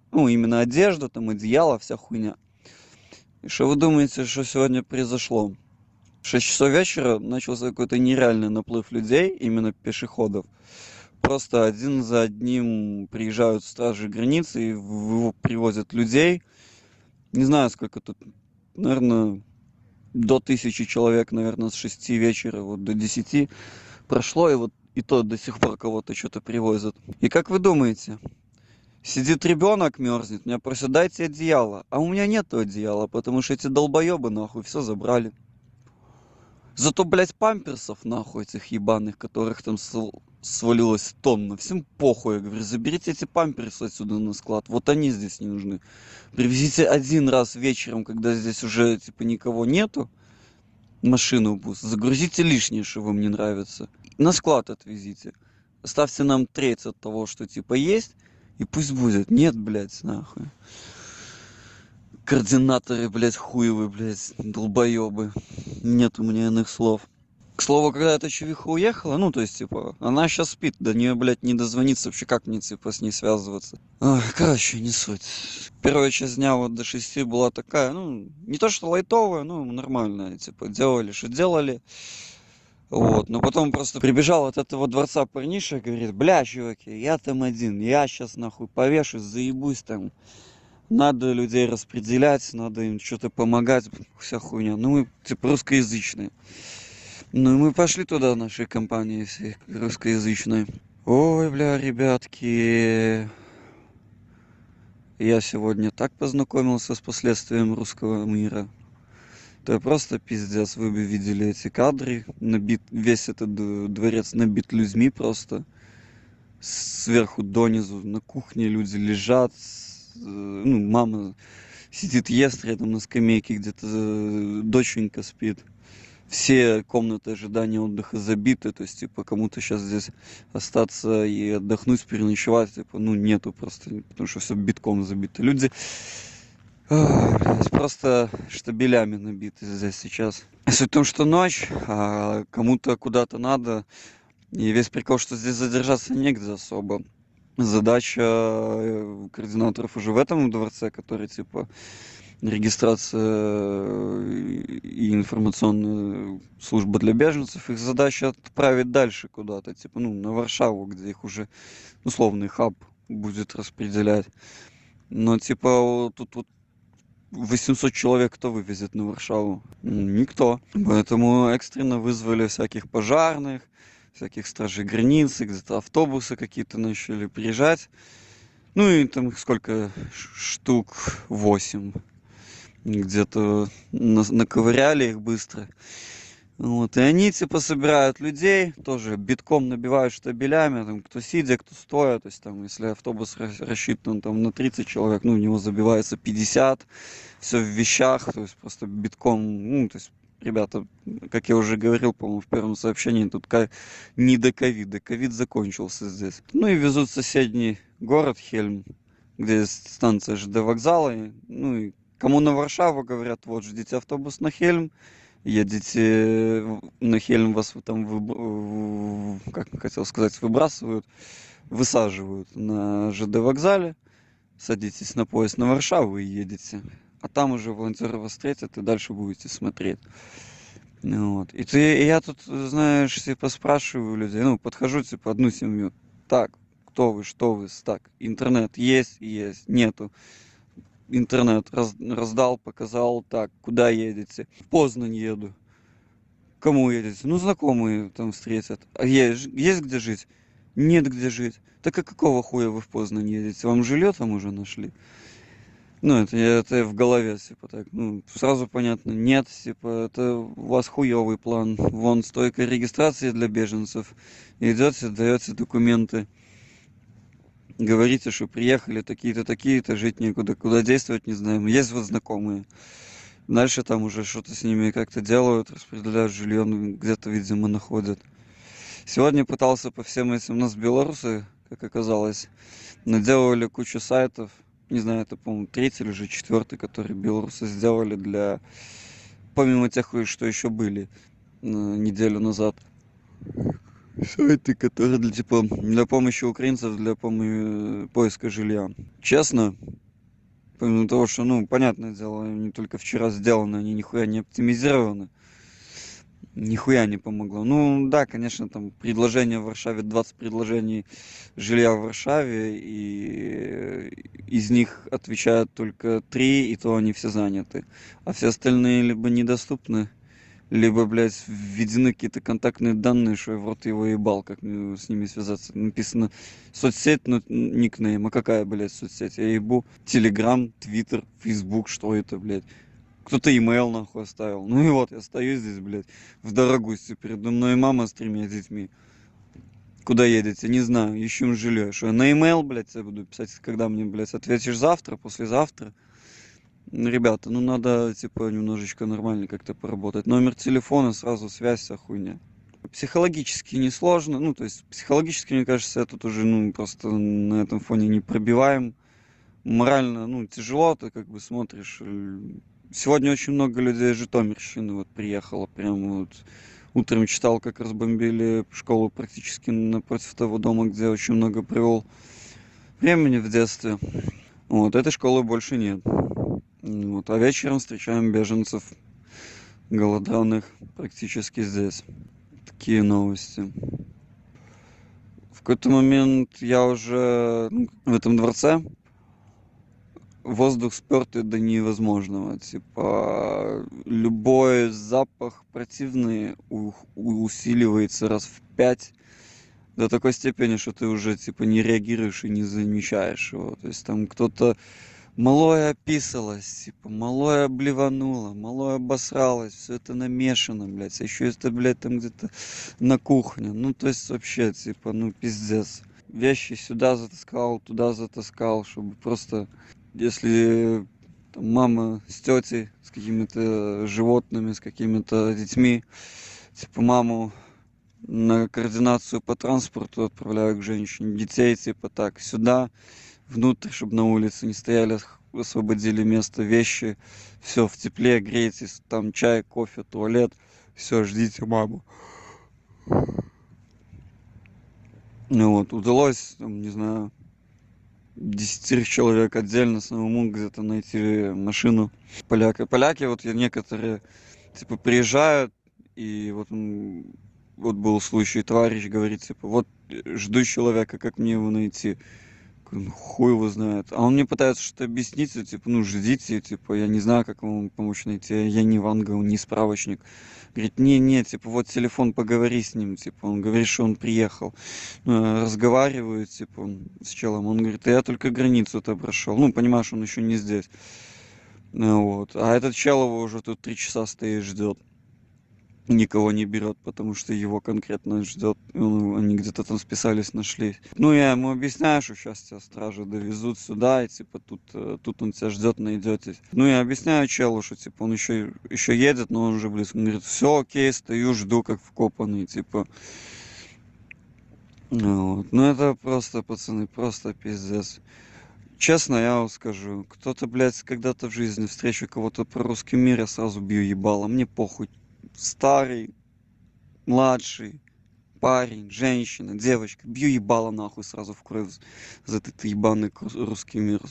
Ну, именно одежда, там, одеяло, вся хуйня. И что вы думаете, что сегодня произошло? В 6 часов вечера начался какой-то нереальный наплыв людей, именно пешеходов. Просто один за одним приезжают стражи границы и привозят людей. Не знаю, сколько тут, наверное, до 1000 человек, наверное, с 6 вечера вот до 10 прошло, и вот и то до сих пор кого-то что-то привозят. И как вы думаете, сидит ребенок, мерзнет, меня просят, дайте одеяло. А у меня нету одеяла, потому что эти долбоебы нахуй все забрали. Зато, блядь, памперсов нахуй этих ебаных, которых там свалилось тонна. Всем похуй, я говорю, заберите эти памперсы отсюда на склад. Вот они здесь не нужны. Привезите один раз вечером, когда здесь уже типа никого нету, машину пусть. Загрузите лишнее, что вам не нравится. На склад отвезите. Оставьте нам треть от того, что типа есть. И пусть будет. Нет, блядь, нахуй. Координаторы, блядь, хуевы, блядь, долбоебы. Нет у меня иных слов. К слову, когда эта чувиха уехала, ну, то есть, типа, она сейчас спит, до нее, блядь, не дозвониться вообще, как мне, типа, с ней связываться. Ой, короче, не суть. Первая часть дня вот до 6 была такая, ну, не то что лайтовая, ну, нормальная, типа, делали, что делали. Вот, но потом просто прибежал от этого дворца парниша, говорит, бля, чуваки, я там один, я сейчас нахуй повешусь, заебусь там. Надо людей распределять, надо им что-то помогать, вся хуйня. Ну, мы, типа, русскоязычные. Ну, и мы пошли туда, нашей компании всей русскоязычной. Ой, бля, ребятки, я сегодня так познакомился с последствием русского мира. Это просто пиздец, вы бы видели эти кадры. Весь этот дворец набит людьми просто. Сверху донизу на кухне люди лежат. Ну, мама сидит, ест рядом на скамейке, где-то доченька спит. Все комнаты ожидания отдыха забиты, то есть, типа, кому-то сейчас здесь остаться и отдохнуть, переночевать, типа, ну, нету просто, потому что все битком забито. Люди, блядь, просто штабелями набиты здесь сейчас. Суть в том, что ночь, а кому-то куда-то надо, и весь прикол, что здесь задержаться негде особо. Задача координаторов уже в этом дворце, который, типа, регистрация и информационная служба для беженцев, их задача отправить дальше куда-то, типа, ну, на Варшаву, где их уже условный хаб будет распределять. Но, типа, вот тут вот 800 человек кто вывезет на Варшаву? Никто. Поэтому экстренно вызвали всяких пожарных, всяких стражей границы, где-то автобусы какие-то начали приезжать. Ну и там их сколько? Штук 8. Где-то наковыряли их быстро. Вот. И они типа собирают людей, тоже битком набивают штабелями, там, кто сидя, кто стоя. То есть там, если автобус рассчитан там, на 30 человек, ну, у него забивается 50, все в вещах, то есть просто битком, ну, то есть ребята, как я уже говорил, по-моему, в первом сообщении, тут не до ковида, ковид закончился здесь. Ну и везут в соседний город Хельм, где есть станция ЖД вокзала, ну и кому на Варшаву говорят, вот, ждите автобус на Хельм, едете на Хельм, вас там, как хотел сказать, выбрасывают, высаживают на ЖД вокзале, садитесь на поезд на Варшаву и едете. А там уже волонтеры вас встретят и дальше будете смотреть. Вот. И я тут, знаешь, типа спрашиваю людей, ну, подхожу, типа, одну семью. Так, кто вы, что вы, так, интернет есть, нету. Интернет раздал, показал, так, куда едете? В Познань еду. Кому едете? Ну, знакомые там встретят. А есть где жить? Нет где жить. Так а какого хуя вы в Познань едете? Вам жилье там уже нашли? Ну, это в голове, типа, так, ну, сразу понятно, нет, типа, это у вас хуёвый план. Вон стойка регистрации для беженцев. Идете, даете документы. Говорите, что приехали такие-то, такие-то, жить некуда, куда действовать не знаем. Есть вот знакомые. Дальше там уже что-то с ними как-то делают, распределяют жилье, ну, где-то, видимо, находят. Сегодня пытался по всем этим, у нас белорусы, как оказалось, наделали кучу сайтов. Не знаю, это, по-моему, третий или же четвертый, который белорусы сделали для... Помимо тех, что еще были неделю назад. Сайты, которые для, типа, для помощи украинцев, для поиска жилья. Честно, Помимо того, что, ну, понятное дело, они только вчера сделаны, они нихуя не оптимизированы. Нихуя не помогло. Ну да, конечно, там предложения в Варшаве, 20 предложений жилья в Варшаве, и из них отвечают только 3, и то они все заняты. А все остальные либо недоступны, либо, блядь, введены какие-то контактные данные, что я в рот его ебал, как мне с ними связаться. Написано соцсеть, но никнейм. А какая, блядь, соцсеть? Я ебу Телеграм, Твиттер, Фейсбук, что это, блядь? Кто-то имейл нахуй оставил. Ну и вот, я стою здесь, блядь, в Дорогусе. Передо мной мама с 3 детьми. Куда едете? Не знаю, ищем жилье. Что я на имейл, блядь, я буду писать, когда мне, блядь, ответишь завтра, послезавтра? Ну, ребята, ну надо, типа, немножечко нормально как-то поработать. Номер телефона, сразу связь, вся хуйня. Психологически несложно. Ну, то есть, психологически, мне кажется, я тут уже, ну, просто на этом фоне не пробиваем. Морально, ну, тяжело, ты как бы смотришь. Сегодня очень много людей из Житомирщины вот приехало. Прям вот утром читал, как разбомбили школу практически напротив того дома, где очень много провел времени в детстве. Вот, этой школы больше нет. Вот, а вечером встречаем беженцев голодранных практически здесь. Такие новости. В какой-то момент я уже в этом дворце, воздух спёртый до невозможного. Типа, любой запах противный усиливается раз в 5 до такой степени, что ты уже, типа, не реагируешь и не замечаешь его. То есть там кто-то малое описалось, типа, малое блевануло, малое обосралось, все это намешано, блядь. А еще это, блядь, там где-то на кухне. Ну, то есть вообще, типа, ну, пиздец. Вещи сюда затаскал, туда затаскал, чтобы просто, если там, мама с тетей, с какими-то животными, с какими-то детьми, типа, маму на координацию по транспорту отправляю к женщине, детей, типа, так, сюда, внутрь, чтобы на улице не стояли, освободили место, вещи, все в тепле, грейтесь, там чай, кофе, туалет, все, ждите маму. Ну вот, удалось, там, не знаю, 10 человек отдельно самому где-то найти машину. Поляки, вот некоторые, типа, приезжают, и вот, вот был случай, товарищ говорит, типа, вот жду человека, как мне его найти? Ну, хуй его знает. А он мне пытается что-то объяснить, типа, ну, ждите, типа, я не знаю, как вам помочь найти, я не Ванга, не справочник. Говорит, не, типа, вот телефон, поговори с ним, типа, он говорит, что он приехал. Разговаривает, типа, он с челом, он говорит, я только границу-то прошел. Ну, понимаешь, он еще не здесь. Вот. А этот чел его уже тут 3 часа стоит, ждет. Никого не берет, потому что его конкретно ждет. Они где-то там списались, нашли. Ну, я ему объясняю, что сейчас тебя стражи довезут сюда, и типа тут он тебя ждет, найдете. Ну, я объясняю челу, что типа он еще едет, но он уже близко. Он говорит, все окей, стою, жду, как вкопанный, типа. Вот. Ну, это просто, пацаны, просто пиздец. Честно, я вам скажу, кто-то, блядь, когда-то в жизни встречу кого-то про русский мир, я сразу бью ебало, мне похуй. Старый, младший, парень, женщина, девочка, бью ебало нахуй сразу в кровь за этот ебаный русский мир.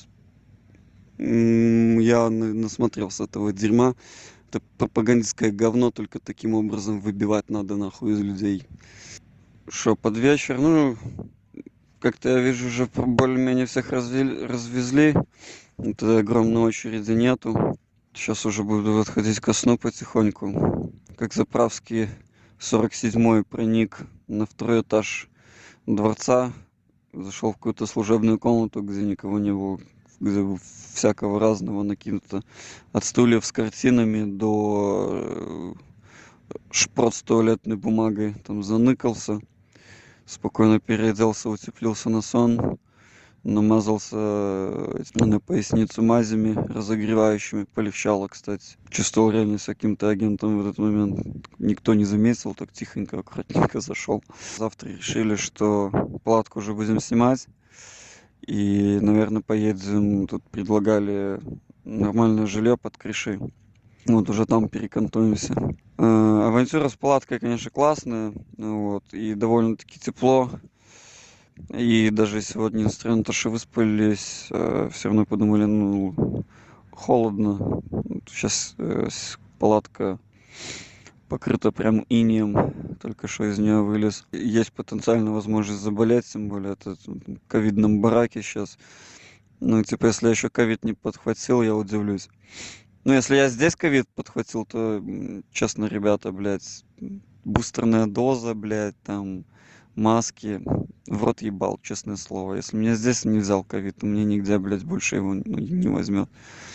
Я насмотрелся этого дерьма. Это пропагандистское говно, только таким образом выбивать надо нахуй из людей. Что, под вечер, ну, как-то я вижу, уже более-менее всех развезли. Это огромной очереди нету. Сейчас уже буду отходить ко сну потихоньку. Как заправский 47-й проник на 2-й этаж дворца. Зашел в какую-то служебную комнату, где никого не было. Где всякого разного накинуто. От стульев с картинами до шпрот с туалетной бумагой. Там заныкался. Спокойно переоделся, утеплился на сон. Намазался на поясницу мазями разогревающими. Полегчало, кстати. Чувствовал реально с каким-то агентом в этот момент. Никто не заметил, так тихонько, аккуратненько зашел. Завтра решили, что палатку уже будем снимать. И, наверное, поедем. Тут предлагали нормальное жилье под крышей. Вот уже там перекантуемся. Авантюра с палаткой, конечно, классная. Вот, и довольно-таки тепло. И даже сегодня, несмотря на то, что выспались, все равно подумали, ну, холодно. Сейчас палатка покрыта прям инеем, только что из нее вылез. Есть потенциальная возможность заболеть, тем более это в ковидном бараке сейчас. Ну, типа, если я еще ковид не подхватил, я удивлюсь. Ну, если я здесь ковид подхватил, то, честно, ребята, блядь, бустерная доза, блядь, там, маски, в рот ебал, честное слово. Если меня здесь не взял ковид, то мне нигде, блядь, больше его не возьмет.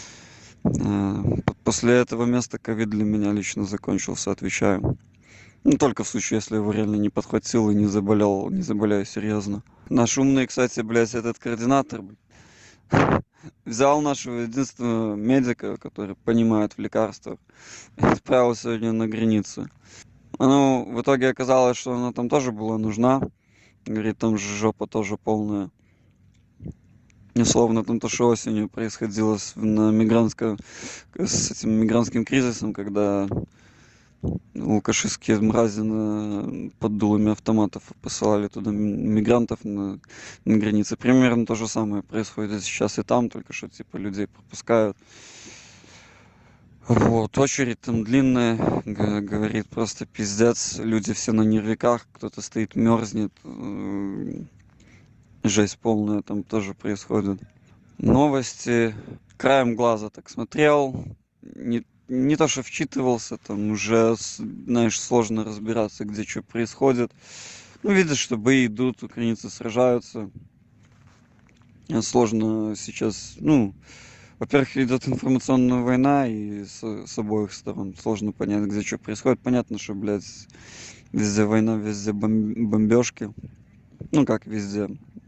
После этого места ковид для меня лично закончился, отвечаю. Ну, только в случае, если его реально не подхватил и не заболел, не заболяю серьезно. Наш умный, кстати, блядь, этот координатор, взял нашего единственного медика, который понимает в лекарствах, и отправил сегодня на границу. Ну, в итоге оказалось, что она там тоже была нужна. Говорит, там же жопа тоже полная. И словно там то, что осенью происходило на с этим мигрантским кризисом, когда лукашистские мрази под дулами автоматов посылали туда мигрантов на границе. Примерно то же самое происходит сейчас и там, только что типа людей пропускают. Вот, очередь там длинная, говорит, просто пиздец. Люди все на нервиках, кто-то стоит, мерзнет. Жесть полная там тоже происходит. Новости. Краем глаза так смотрел. Не то, что вчитывался, там уже, знаешь, сложно разбираться, где что происходит. Ну, видишь, что бои идут, украинцы сражаются. Сложно сейчас, ну, во-первых, идет информационная война, и с обоих сторон сложно понять, где что происходит. Понятно, что, блядь, везде война, везде бомбежки. Ну, как везде.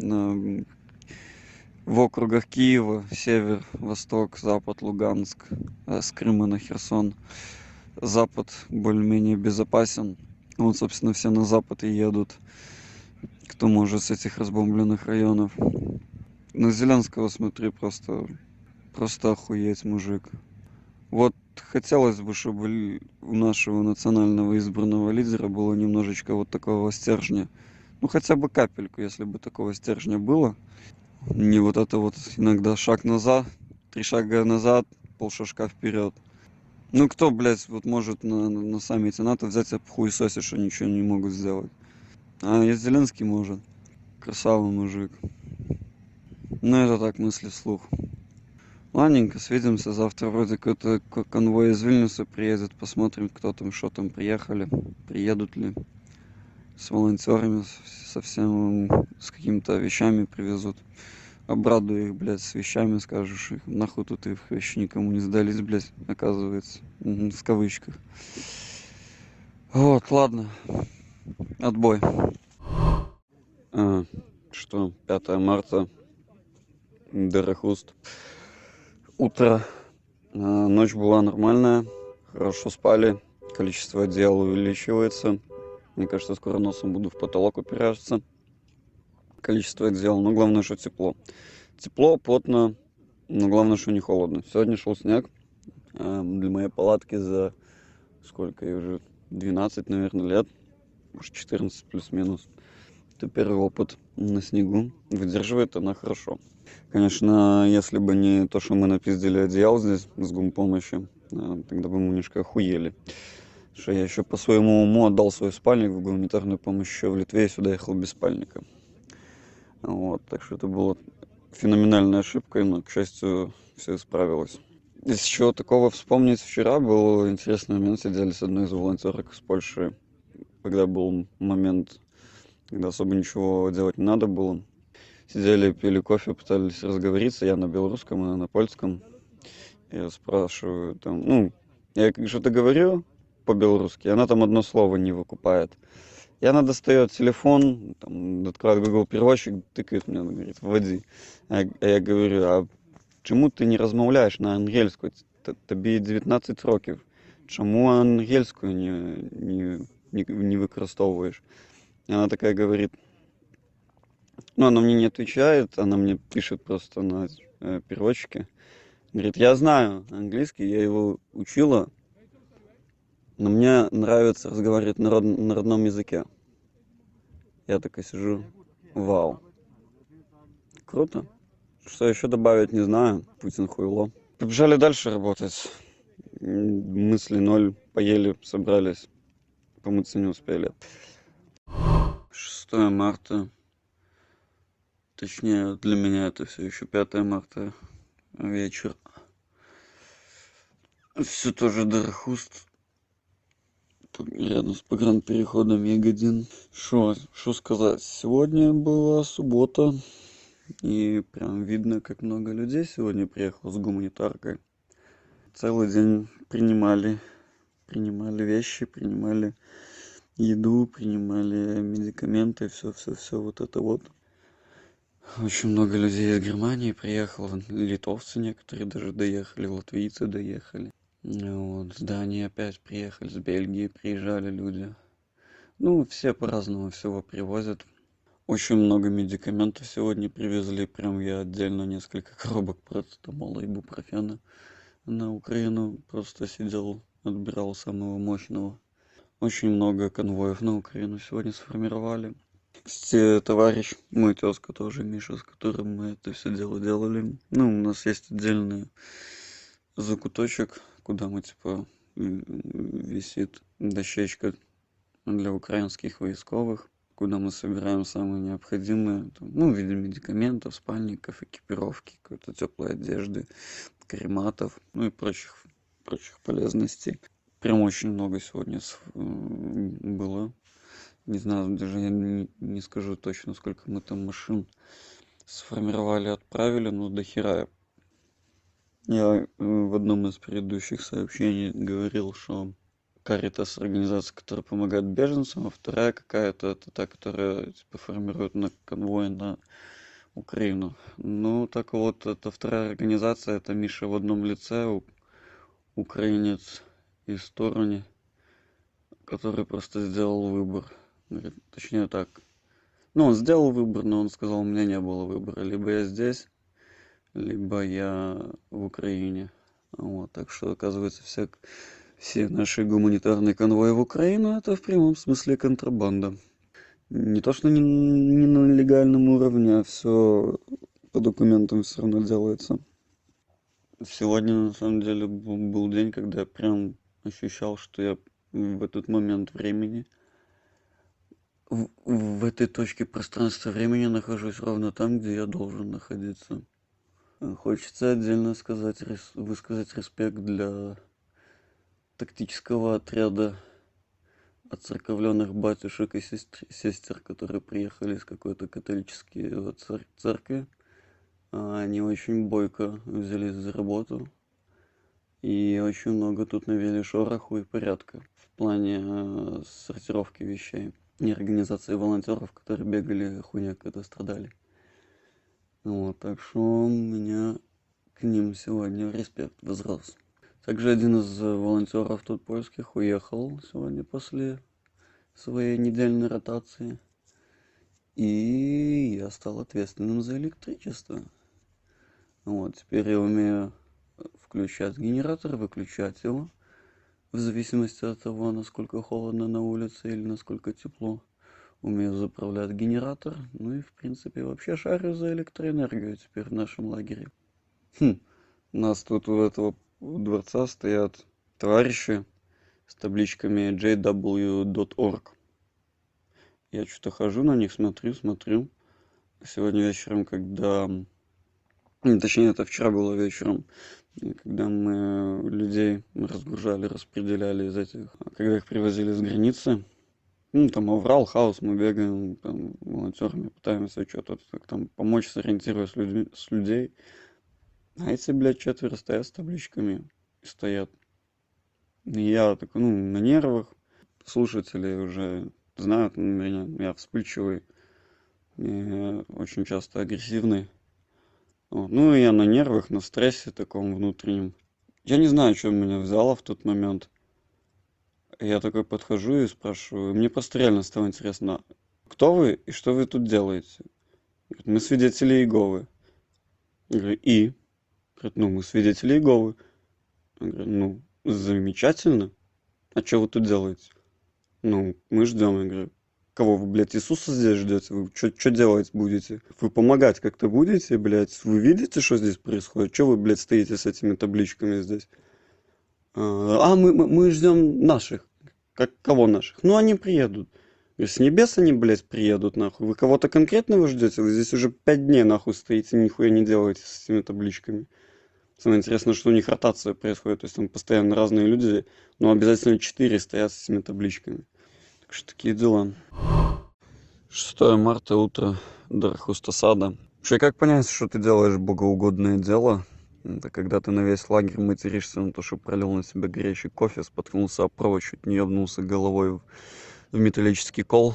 В округах Киева, север, восток, запад, Луганск, с Крыма на Херсон. Запад более-менее безопасен. Вот, собственно, все на запад и едут, кто может с этих разбомбленных районов. На Зеленского смотри, просто охуеть, мужик. Вот хотелось бы, чтобы у нашего национального избранного лидера было немножечко вот такого стержня. Ну, хотя бы капельку, если бы такого стержня было. Не вот это вот иногда шаг назад, 3 шага назад, полшажка вперед. Ну, кто, блядь, вот может на саммите НАТО взять и хуесосить, что ничего не могут сделать. А я Зеленский может. Красавый мужик. Ну, это так, мысли вслух. Ладненько, свидимся. Завтра вроде какой-то конвой из Вильнюса приедет. Посмотрим, кто там, что там, приехали. Приедут ли. С волонтерами, со всем, с какими-то вещами привезут. Обрадую их, блядь, с вещами, скажешь, их нахуй тут их вещи никому не сдались, блядь, оказывается. В кавычках. Вот, ладно. Отбой. Что, 5 марта. Дырохуст. Утро. Ночь была нормальная. Хорошо спали. Количество одеял увеличивается. Мне кажется, скоро носом буду в потолок упираться. Количество одеял. Но главное, что тепло. Тепло, плотно. Но главное, что не холодно. Сегодня шел снег. Для моей палатки за сколько? Я уже 12, наверное, лет. Может, 14 плюс-минус. Это первый опыт на снегу. Выдерживает она хорошо. Конечно, если бы не то, что мы напиздили одеял здесь с гумпомощью, тогда бы мы немножко охуели. Что я еще по своему уму отдал свой спальник в гуманитарную помощь еще в Литве и сюда ехал без спальника. Вот, так что это была феноменальной ошибкой, но, к счастью, все исправилось. Из чего такого вспомнить, вчера был интересный момент, сидели с одной из волонтерок с Польши, когда был момент, когда особо ничего делать не надо было. Сидели, пили кофе, пытались разговориться, я на белорусском, она на польском. Я спрашиваю, там, ну, я что-то говорю по-белорусски, она там одно слово не выкупает. И она достает телефон, там, открывает Google переводчик, тыкает мне, она говорит, вводи. А я говорю, а чому ти не розмовляєш на ангельську? Тобі 19 років. Чому ангельську не використовуєш? И она такая говорит, ну, она мне не отвечает, она мне пишет просто на переводчике. Говорит, я знаю английский, я его учила, но мне нравится разговаривать на родном языке. Я такой сижу, вау. Круто. Что еще добавить, не знаю. Путин хуйло. Побежали дальше работать. Мысли ноль. Поели, собрались. Помыться не успели. 6 марта. Точнее, для меня это все еще 5 марта. Вечер. Все тоже Дархуст. Рядом с погранпереходом Ягодин. Шо сказать? Сегодня была суббота. И прям видно, как много людей сегодня приехало с гуманитаркой. Целый день принимали вещи, принимали еду, принимали медикаменты, все вот это вот. Очень много людей из Германии приехало, литовцы некоторые даже доехали, латвийцы доехали. Вот, с Дании опять приехали, с Бельгии приезжали люди. Ну, все по-разному всего привозят. Очень много медикаментов сегодня привезли, прям я отдельно несколько коробок парацетамола и ибупрофена на Украину просто сидел, отбирал самого мощного. Очень много конвоев на Украину сегодня сформировали. Кстати, товарищ, мой тезка тоже, Миша, с которым мы это все дело делали. Ну, у нас есть отдельный закуточек, куда мы, типа, висит дощечка для украинских войсковых, куда мы собираем самые необходимые, ну, в виде медикаментов, спальников, экипировки, какой-то теплой одежды, карематов, ну и прочих полезностей. Прям очень много сегодня было. Не знаю, даже я не скажу точно, сколько мы там машин сформировали, отправили, но до хера. Я в одном из предыдущих сообщений говорил, что Каритас — организация, которая помогает беженцам, а вторая какая-то — это та, которая типа формирует на конвой на Украину. Ну, так вот, эта вторая организация — это Миша в одном лице, украинец из стороны, который просто сделал выбор. Точнее так. Ну, он сделал выбор, но он сказал, у меня не было выбора. Либо я здесь, либо я в Украине. Вот, так что, оказывается, все наши гуманитарные конвои в Украину — это в прямом смысле контрабанда. Не то, что не на легальном уровне, а все по документам все равно делается. Сегодня, на самом деле, был день, когда я прям ощущал, что я в этот момент времени, в этой точке пространства-времени нахожусь ровно там, где я должен находиться. Хочется отдельно высказать респект для тактического отряда отцерковленных батюшек и сестер, которые приехали из какой-то католической церкви. Они очень бойко взялись за работу и очень много тут навели шороху и порядка в плане сортировки вещей и организации волонтеров, которые бегали хуйня, когда страдали. Вот, так что у меня к ним сегодня респект возрос. Также один из волонтеров тут польских уехал сегодня после своей недельной ротации. И я стал ответственным за электричество. Вот, теперь я умею включать генератор, выключать его, в зависимости от того, насколько холодно на улице или насколько тепло. Умею заправлять генератор, ну и в принципе вообще шарю за электроэнергию теперь в нашем лагере. У нас тут у этого дворца стоят товарищи с табличками jw.org. Я что-то хожу на них, смотрю. Сегодня вечером, точнее, это вчера было вечером, когда мы людей разгружали, распределяли из этих, когда их привозили с границы. Ну, там Аврал, Хаус, мы бегаем, там, волонтерами пытаемся что-то там помочь, сориентировать с людей. А эти, блядь, 4 стоят с табличками и стоят. И я такой, на нервах. Слушатели уже знают меня, я вспыльчивый, и очень часто агрессивный. Вот. Ну, и я на нервах, на стрессе таком внутреннем. Я не знаю, что меня взяло в тот момент. Я такой подхожу и спрашиваю. Мне просто реально стало интересно, кто вы и что вы тут делаете? Говорит, мы свидетели Иеговы. Я говорю, и? Говорит, мы свидетели Иеговы. Я говорю, замечательно. А что вы тут делаете? Мы ждем. Я говорю, Кого вы, блядь, Иисуса здесь ждете? Вы что делать будете? Вы помогать как-то будете, блядь? Вы видите, что здесь происходит? Что вы, блядь, стоите с этими табличками здесь? Мы ждем наших. Как кого наших? Ну, они приедут. И с небес они, блядь, приедут, нахуй. Вы кого-то конкретного ждете? Вы здесь уже 5 дней, нахуй, стоите, нихуя не делаете с этими табличками. Самое интересное, что у них ротация происходит. То есть там постоянно разные люди, но обязательно 4 стоят с этими табличками. Так что такие дела. 6 марта, утро, Дархустасада. Вообще, как понять, что ты делаешь богоугодное дело? Это когда ты на весь лагерь материшься на то, что пролил на себя горячий кофе, споткнулся об провод, чуть не ебнулся головой в металлический кол.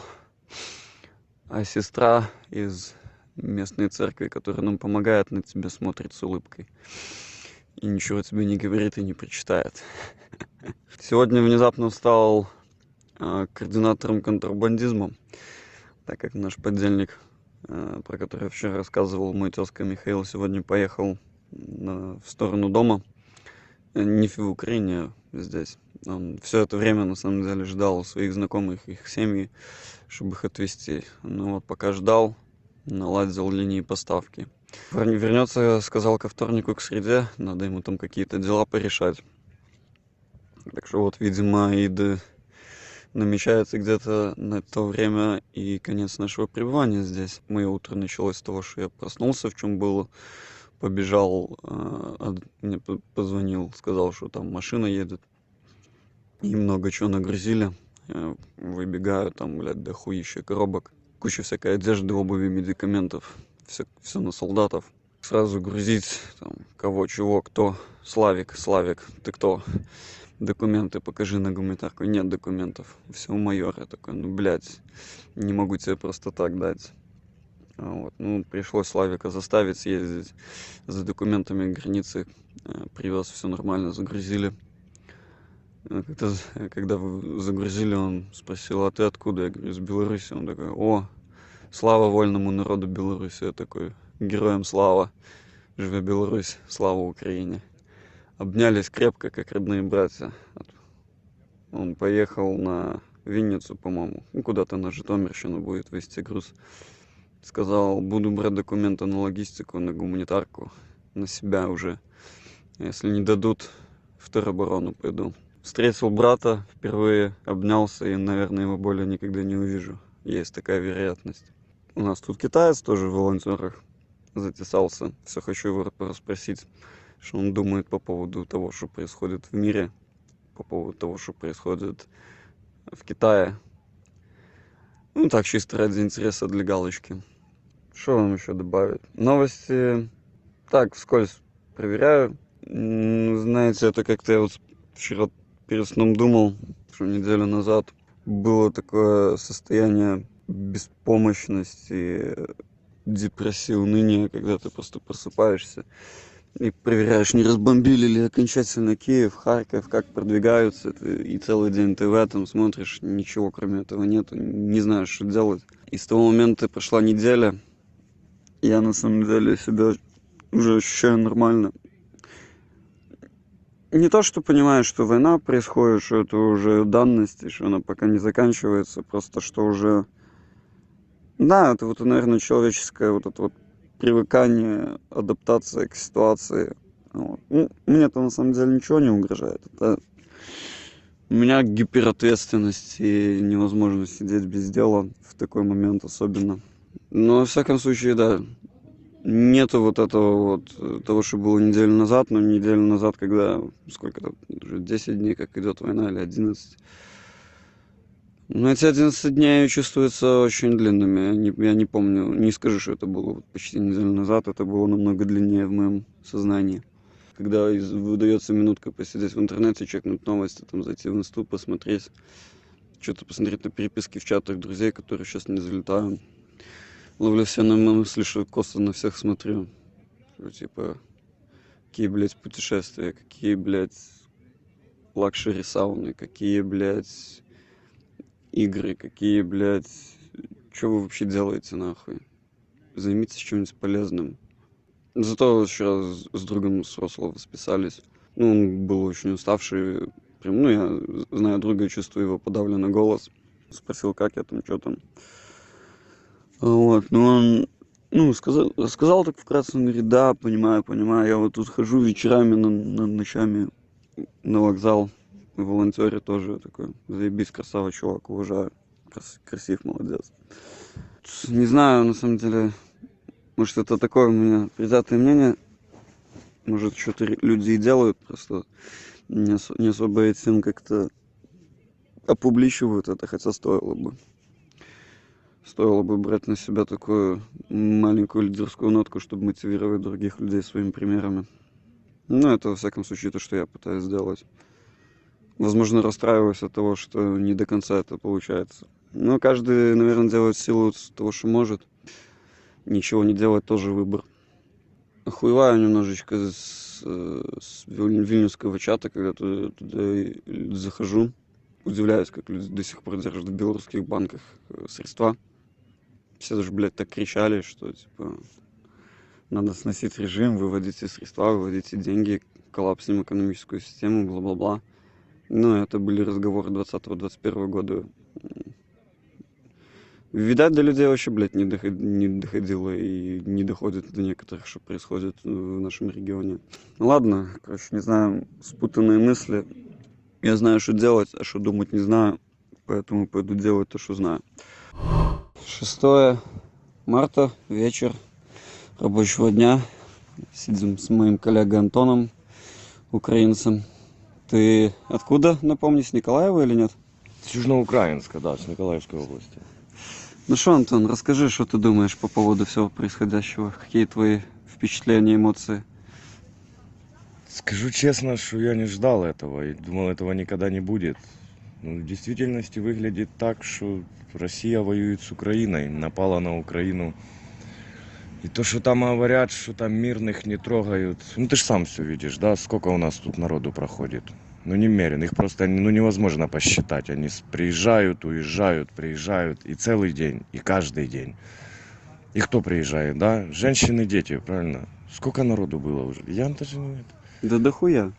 А сестра из местной церкви, которая нам помогает, на тебя смотрит с улыбкой. И ничего тебе не говорит и не прочитает. Сегодня внезапно стал координатором контрабандизма, так как наш подельник, про который я вчера рассказывал, мой тезка Михаил, сегодня поехал в сторону дома. Не в Украине, а здесь. Он все это время, на самом деле, ждал своих знакомых, их семьи, чтобы их отвезти. Ну вот, пока ждал, наладил линии поставки. Вернется, сказал, ко вторнику, к среде. Надо ему там какие-то дела порешать. Так что вот, видимо, Ида намечается где-то на то время и конец нашего пребывания здесь. Мое утро началось с того, что я проснулся, в чем было. Побежал, мне позвонил, сказал, что там машина едет. И много чего нагрузили. Я выбегаю, там, блядь, дохуища коробок. Куча всякой одежды, обуви, медикаментов. Все на солдатов. Сразу грузить, там, кого, чего, кто. Славик, ты кто? Документы покажи на гуманитарку. Нет документов. Все у майора. Я такой, ну, блядь, не могу тебе просто так дать. Вот. Ну, пришлось Славика заставить съездить за документами к границе. Привез, все нормально, загрузили. Когда загрузили, он спросил, а ты откуда? Я говорю, из Беларуси. Он такой, о, слава вольному народу Беларуси. Я такой, героям слава. Живе Беларусь, слава Украине. Обнялись крепко, как родные братья. Он поехал на Винницу, по-моему. Ну, куда-то на Житомирщину будет везти груз. Сказал, буду брать документы на логистику, на гуманитарку, на себя уже. Если не дадут, в тероборону пойду. Встретил брата впервые, обнялся и, наверное, его более никогда не увижу. Есть такая вероятность. У нас тут китаец тоже в волонтерах затесался. Все хочу его расспросить, что он думает по поводу того, что происходит в мире, по поводу того, что происходит в Китае. Ну, так, чисто ради интереса, для галочки. Что вам еще добавить? Новости. Так, вскользь проверяю. Знаете, это как-то я вот вчера перед сном думал, что неделю назад было такое состояние беспомощности, депрессии, уныния, когда ты просто просыпаешься и проверяешь, не разбомбили ли окончательно Киев, Харьков, как продвигаются, и целый день ты в этом смотришь, ничего кроме этого нет, не знаешь, что делать. И с того момента прошла неделя, я на самом деле себя уже ощущаю нормально. Не то, что понимаю, что война происходит, что это уже данность, и что она пока не заканчивается, просто что уже... Да, это вот, наверное, человеческое вот это вот привыкание, адаптация к ситуации. Вот. Ну, мне-то на самом деле ничего не угрожает. Это у меня гиперответственность и невозможность сидеть без дела в такой момент особенно. Но, во всяком случае, да, нету вот этого вот, того, что было неделю назад, но неделю назад, когда, сколько-то, уже 10 дней, как идет война, или 11. Но эти 11 дней чувствуются очень длинными. Я не помню, не скажу, что это было почти неделю назад, это было намного длиннее в моем сознании. Когда выдается минутка посидеть в интернете, чекнуть новости, там зайти в инсту, посмотреть, что-то посмотреть на переписки в чатах друзей, которые сейчас не залетают. Ловлю себя на мысли, что косо на всех смотрю. Что, типа, какие, блядь, путешествия, какие, блядь, лакшери сауны, какие, блядь, игры, какие, блядь, что вы вообще делаете, нахуй? Займитесь чем-нибудь полезным. Зато вчера с другом с Рослова списались. Ну, он был очень уставший. Прям, ну, я знаю друга, чувствую его подавленный голос. Спросил, как я там, что там. Вот, ну он, ну, сказал так вкратце, он говорит, да, понимаю, я вот тут хожу вечерами, ночами на вокзал, волонтере тоже такой, заебись, красава, чувак, уважаю, красив, молодец. Не знаю, на самом деле, может, это такое у меня предвзятое мнение, может, что-то люди и делают, просто не особо этим как-то опубличивают это, хотя стоило бы брать на себя такую маленькую лидерскую нотку, чтобы мотивировать других людей своими примерами. Ну, это, во всяком случае, то, что я пытаюсь сделать. Возможно, расстраиваюсь от того, что не до конца это получается. Но каждый, наверное, делает в силу того, что может. Ничего не делать тоже выбор. Охуеваю немножечко с вильнюсского чата, когда туда захожу. Удивляюсь, как люди до сих пор держат в белорусских банках средства. Все даже, блядь, так кричали, что, типа, надо сносить режим, выводить все средства, выводить все деньги, коллапсим экономическую систему, бла-бла-бла. Ну, это были разговоры 2020-2021 года. Видать, до людей вообще, блядь, не доходило и не доходит до некоторых, что происходит в нашем регионе. Ладно, короче, не знаю, спутанные мысли. Я знаю, что делать, а что думать не знаю, поэтому пойду делать то, что знаю. 6 марта, вечер рабочего дня. Сидим с моим коллегой Антоном, украинцем. Ты откуда, напомни, с Николаева или нет? С Южноукраинска, да, с Николаевской области. Ну что, Антон, расскажи, что ты думаешь по поводу всего происходящего? Какие твои впечатления, эмоции? Скажу честно, что я не ждал этого и думал, этого никогда не будет. Но в действительности выглядит так, что Россия воюет с Украиной, напала на Украину. И то, что там говорят, что там мирных не трогают. Ну ты ж сам все видишь, да, сколько у нас тут народу проходит. Ну немерено, их просто невозможно посчитать. Они приезжают, уезжают, приезжают и целый день, и каждый день. И кто приезжает, да? Женщины, дети, правильно? Сколько народу было уже? Я даже не... Да дохуя.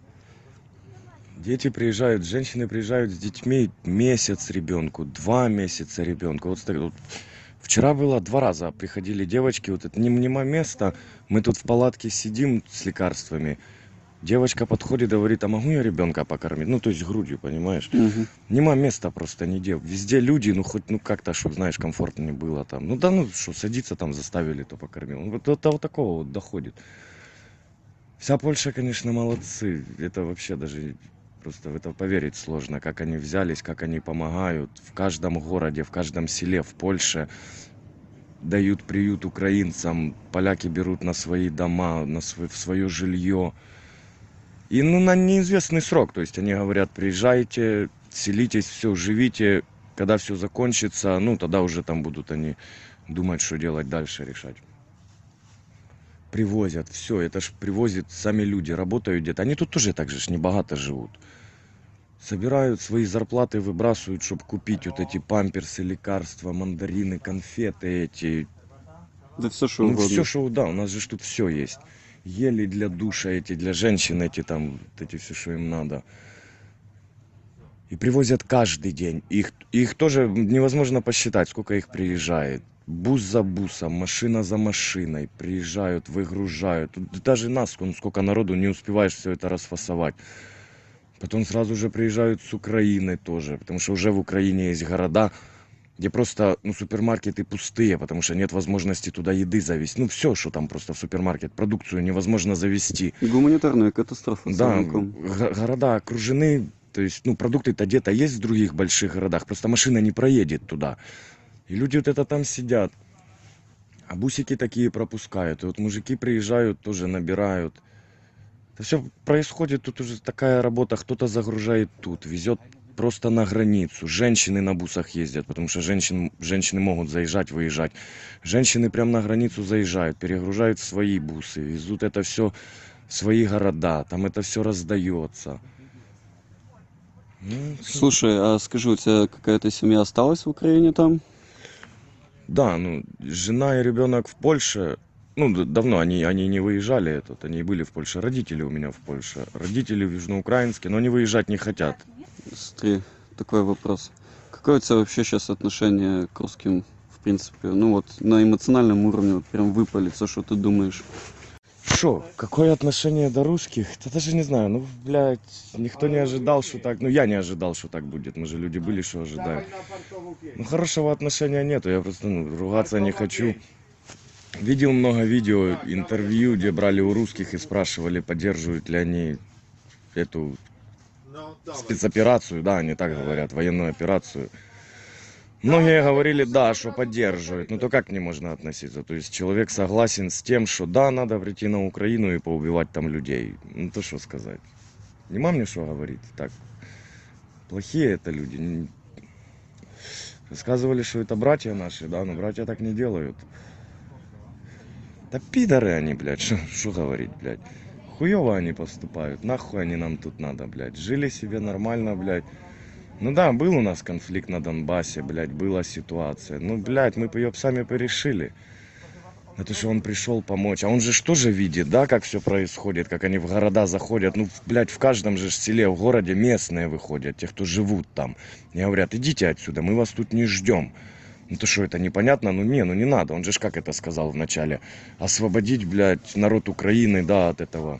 Дети приезжают, женщины приезжают с детьми, месяц ребенку, 2 месяца ребенку. Вот вчера было 2 раза, приходили девочки, вот это нема места, мы тут в палатке сидим с лекарствами. Девочка подходит, говорит, а могу я ребенка покормить? Ну, то есть грудью, понимаешь? Угу. Нема места просто нигде. Везде люди, ну, хоть, ну, как-то, чтобы, знаешь, комфортнее было там. Ну, да, ну, что, садиться там заставили, то покормил. Вот до такого вот доходит. Вся Польша, конечно, молодцы. Это вообще даже просто в это поверить сложно, как они взялись, как они помогают. В каждом городе, в каждом селе в Польше дают приют украинцам. Поляки берут на свои дома, в свое жилье. И ну, на неизвестный срок. То есть они говорят, приезжайте, селитесь, все, живите. Когда все закончится, ну, тогда уже там будут они думать, что делать дальше, решать. Привозят, все, это ж привозят сами люди, работают где-то. Они тут тоже так же ж небогато живут. Собирают свои зарплаты, выбрасывают, чтобы купить вот эти памперсы, лекарства, мандарины, конфеты эти. Да все, что Ну, угодно. все, что, да, у нас же тут все есть. Ели для душа эти, для женщин эти там, вот эти все, что им надо. И привозят каждый день. Их тоже невозможно посчитать, сколько их приезжает. Бус за бусом, машина за машиной. Приезжают, выгружают. Тут даже нас, сколько народу, не успеваешь все это расфасовать. Потом сразу же приезжают с Украины тоже. Потому что уже в Украине есть города, где просто супермаркеты пустые, потому что нет возможности туда еды завезти. Ну, все, что там просто в супермаркет, продукцию невозможно завезти. Гуманитарная катастрофа. Да, города окружены, то есть, продукты-то где-то есть в других больших городах, просто машина не проедет туда. И люди вот это там сидят, а бусики такие пропускают. И вот мужики приезжают, тоже набирают. Это все происходит, тут уже такая работа, кто-то загружает тут, везет просто на границу. Женщины на бусах ездят, потому что женщины могут заезжать, выезжать. Женщины прямо на границу заезжают, перегружают в свои бусы, везут это все в свои города, там это все раздается. Слушай, а скажи, у тебя какая-то семья осталась в Украине там? Да, жена и ребенок в Польше. Давно они не выезжали, они были в Польше. Родители у меня в Польше. Родители в Южноукраинске, но они выезжать не хотят. Смотри, такой вопрос. Какое у тебя вообще сейчас отношение к русским, в принципе? Ну вот на эмоциональном уровне вот прям выпалить все, что ты думаешь. Шо, какое отношение до русских? Да даже не знаю, ну, блядь, никто не ожидал, что так... Ну, я не ожидал, что так будет. Мы же люди были, что ожидаем. Ну, хорошего отношения нету, я просто, ругаться не хочу. Видел много видео, интервью, где брали у русских и спрашивали, поддерживают ли они эту спецоперацию, да, они так говорят, военную операцию. Многие говорили, да, что поддерживают, но то как к ним можно относиться? То есть человек согласен с тем, что да, надо прийти на Украину и поубивать там людей. Ну то что сказать? Нема мне что говорить. Так, плохие это люди. Рассказывали, что это братья наши, да, но братья так не делают. Да пидоры они, блядь, что говорить, блядь. Хуёво они поступают, нахуй они нам тут надо, блядь. Жили себе нормально, блядь. Ну да, был у нас конфликт на Донбассе, блядь, была ситуация. Ну, блядь, мы ее сами порешили. Это что он пришел помочь. А он же тоже видит, да, как все происходит, как они в города заходят. Ну, блядь, в каждом же селе, в городе местные выходят, те, кто живут там. И говорят, идите отсюда, мы вас тут не ждем. Ну то что, это непонятно? Ну не надо. Он же как это сказал вначале? Освободить, блядь, народ Украины, да, от этого...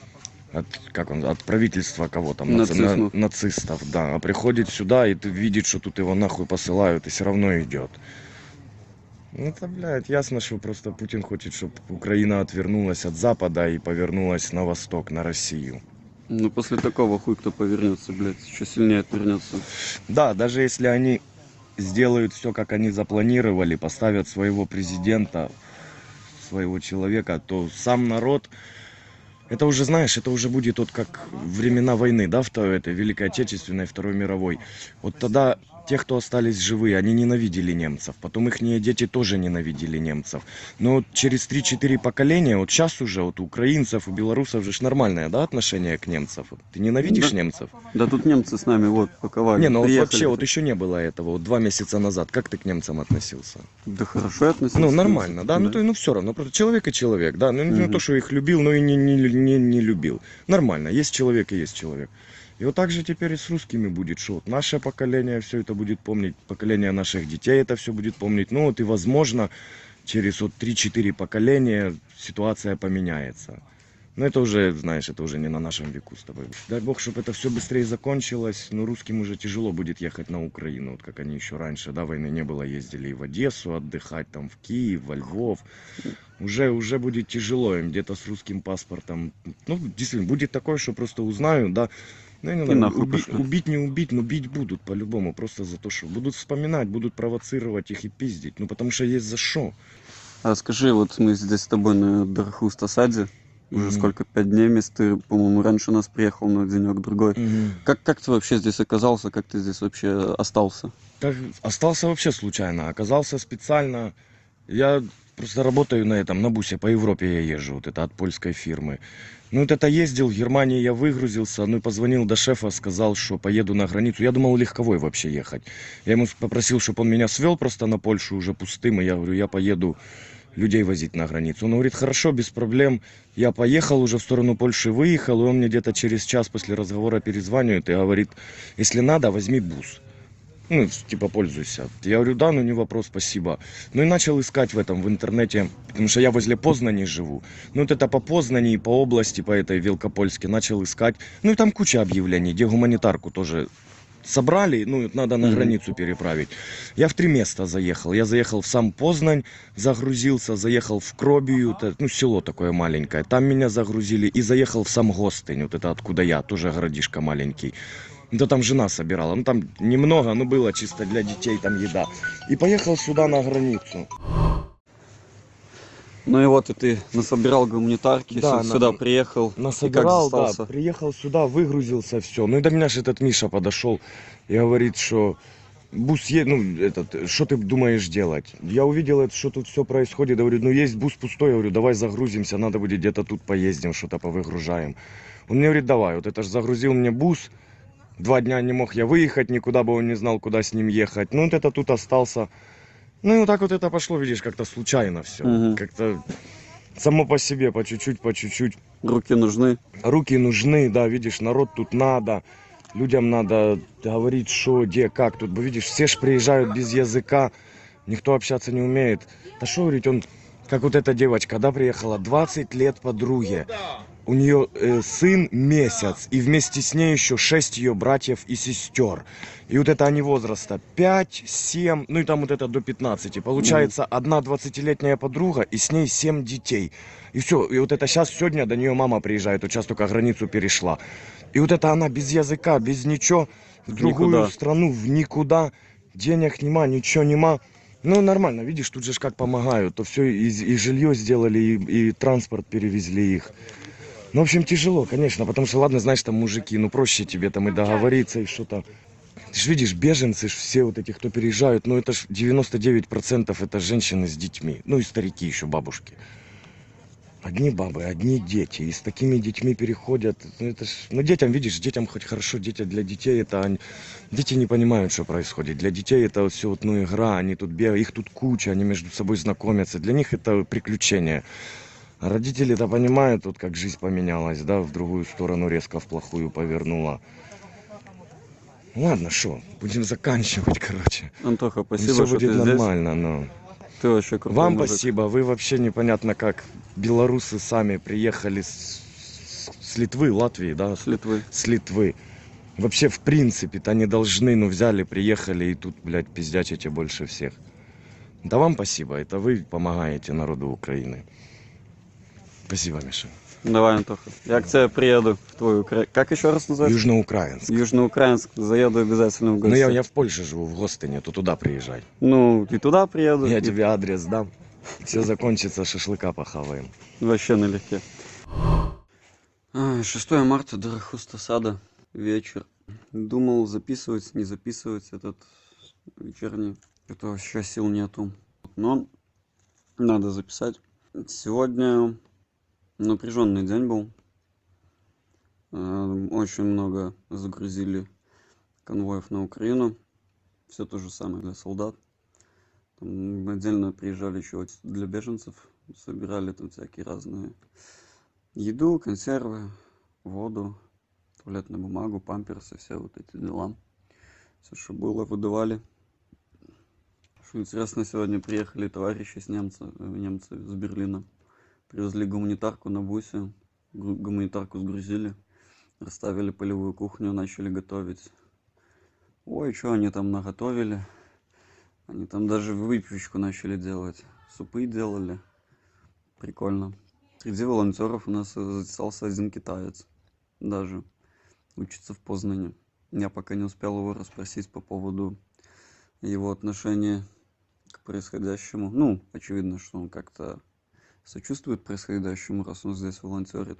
От правительства кого там? Нацистов, да. А приходит сюда и ты видишь, что тут его нахуй посылают, и все равно идет. Ну это, блядь, ясно, что просто Путин хочет, чтобы Украина отвернулась от Запада и повернулась на восток, на Россию. Ну после такого хуй кто повернется, блядь, еще сильнее отвернется. Да, даже если они сделают все, как они запланировали, поставят своего президента, своего человека, то сам народ... Это уже, знаешь, это уже будет вот как времена войны, да, этой Великой Отечественной, Второй мировой. Вот тогда те, кто остались живые, они ненавидели немцев. Потом их дети тоже ненавидели немцев. Но вот через 3-4 поколения, вот сейчас уже вот у украинцев, у белорусов же нормальное, да, отношение к немцам. Ты ненавидишь немцев? Да тут немцы с нами вот паковали. Не, ну вот вообще вот еще не было этого. Вот 2 месяца назад. Как ты к немцам относился? Да хорошо я относился. Ну нормально, да? Ну, ну все равно. Просто человек и человек, да. Ну не то, что их любил, но и не любил. Нормально. Есть человек и есть человек. И вот так же теперь и с русскими будет, что вот наше поколение все это будет помнить, поколение наших детей это все будет помнить. Ну вот и возможно через вот 3-4 поколения ситуация поменяется. Но это уже, знаешь, это уже не на нашем веку с тобой. Дай бог, чтобы это все быстрее закончилось. Но русским уже тяжело будет ехать на Украину, вот как они еще раньше, да, войны не было, ездили и в Одессу отдыхать, там в Киев, во Львов. Уже будет тяжело им где-то с русским паспортом. Ну, действительно, будет такое, что просто узнаю, да. Ну, не знаю, убить не убить, но бить будут по-любому. Просто за то, что будут вспоминать, будут провоцировать их и пиздить. Ну, потому что есть за что. А скажи, вот мы здесь с тобой на Дархустасаде. Уже сколько, 5 дней вместе, ты, по-моему, раньше у нас приехал на денек-другой. Как ты вообще здесь оказался, как ты здесь вообще остался? Так, остался вообще случайно, оказался специально. Я просто работаю на этом, на бусе, по Европе я езжу, вот это от польской фирмы. Ну вот это ездил, в Германии я выгрузился, ну и позвонил до шефа, сказал, что поеду на границу. Я думал легковой вообще ехать. Я ему попросил, чтобы он меня свел просто на Польшу уже пустым, и я говорю, я поеду людей возить на границу. Он говорит, хорошо, без проблем. Я поехал уже в сторону Польши, выехал, и он мне где-то через час после разговора перезванивает и говорит, если надо, возьми бус. Ну, типа, пользуйся. Я говорю, да, ну не вопрос, спасибо. Ну и начал искать в интернете, потому что я возле Познани живу. Ну вот это по Познани, по области, по этой Велкопольске начал искать. Ну и там куча объявлений, где гуманитарку тоже собрали, ну, надо на границу переправить. Я в 3 места заехал. Я заехал в сам Познань, загрузился, заехал в Кробию, ну, село такое маленькое. Там меня загрузили и заехал в сам Гостынь, вот это откуда я, тоже городишко маленький. Да там жена собирала, ну, там немного, но было чисто для детей там еда. И поехал сюда на границу. Ну и вот и ты насобирал гуманитарки, да, сюда приехал. Насобирал, да, приехал сюда, выгрузился, все. Ну и до меня же этот Миша подошел и говорит, что бус едет, ну, что ты думаешь делать? Я увидел, что тут все происходит, говорю, ну есть бус пустой, я говорю, давай загрузимся, надо будет где-то тут поездим, что-то повыгружаем. Он мне говорит, давай, вот это же загрузил мне бус, 2 дня не мог я выехать никуда, бы он не знал, куда с ним ехать. Ну вот это тут остался. Ну и вот так вот это пошло, видишь, как-то случайно все. Как-то само по себе, по чуть-чуть, по чуть-чуть. Руки нужны. Руки нужны, да, видишь, народ тут надо. людям надо говорить, что, где, как. Тут, видишь, все ж приезжают без языка, никто общаться не умеет. Да что говорить, он, как вот эта девочка, да, приехала, 20 лет подруге. У нее сын месяц, и вместе с ней еще 6 ее братьев и сестер. И вот это они возраста 5, 7, ну и там вот это до 15. Получается, одна 20-летняя подруга, и с ней 7 детей. И все, и вот это сейчас, сегодня до нее мама приезжает, вот сейчас только границу перешла. И вот это она без языка, без ничего, в другую Никуда. страну, в никуда, денег нема, ничего нема. Ну, нормально, видишь, тут же ж как помогают. То все и жилье сделали, и транспорт перевезли их. Ну, в общем, тяжело, конечно, потому что, ладно, знаешь, там мужики, ну, проще тебе там и договориться, и что-то. Ты же видишь, беженцы, все вот эти, кто переезжают, ну, это ж 99% это женщины с детьми, ну, и старики еще, бабушки. Одни бабы, одни дети, и с такими детьми переходят, ну, это ж, ну, детям, видишь, детям хоть хорошо, дети для детей, это, дети не понимают, что происходит, для детей это все вот, ну, игра, они тут бегают, их тут куча, они между собой знакомятся, для них это приключение. А родители-то понимают, вот как жизнь поменялась, да, в другую сторону резко в плохую повернула. Ладно, что, будем заканчивать, короче. Антоха, Все спасибо, что будет ты здесь. нормально, но... Ты вообще крутой Вам мужик. спасибо, вы вообще непонятно как. Белорусы сами приехали с Литвы, Латвии, да? С Литвы. С Литвы. Вообще, в принципе-то они должны, ну, взяли, приехали, и тут, блядь, пиздячите больше всех. Да вам спасибо, это вы помогаете народу Украины. Спасибо, Миша. Давай, Антоха. Я к тебе приеду в твою Украину. Как еще раз называется? Южноукраинск. Южноукраинск. Заеду обязательно в Ну, гости. я в Польше живу, в Гостине, то туда приезжай. Ну, и туда приеду. Я и тебе адрес дам. Все закончится, шашлыка похаваем. Вообще налегке. 6 марта, Дорохуста сада, вечер. Думал записывать, не записывать этот вечерний. Это вообще сил нету. Но надо записать. Сегодня напряженный день был. Очень много загрузили конвоев на Украину. Все то же самое для солдат. Там отдельно приезжали еще для беженцев. Собирали там всякие разные еду, консервы, воду, туалетную бумагу, памперсы, все вот эти дела. Все, что было, выдавали. Что интересно, сегодня приехали товарищи немцы из Берлина. Привезли гуманитарку на бусе. Гуманитарку сгрузили. Расставили полевую кухню, начали готовить. Ой, что они там наготовили. Они там даже выпечку начали делать. Супы делали. Прикольно. Среди волонтеров у нас записался один китаец. Даже учится в Познане. Я пока не успел его расспросить по поводу его отношения к происходящему. Ну, очевидно, что он как-то сочувствует происходящему, раз он здесь волонтерит.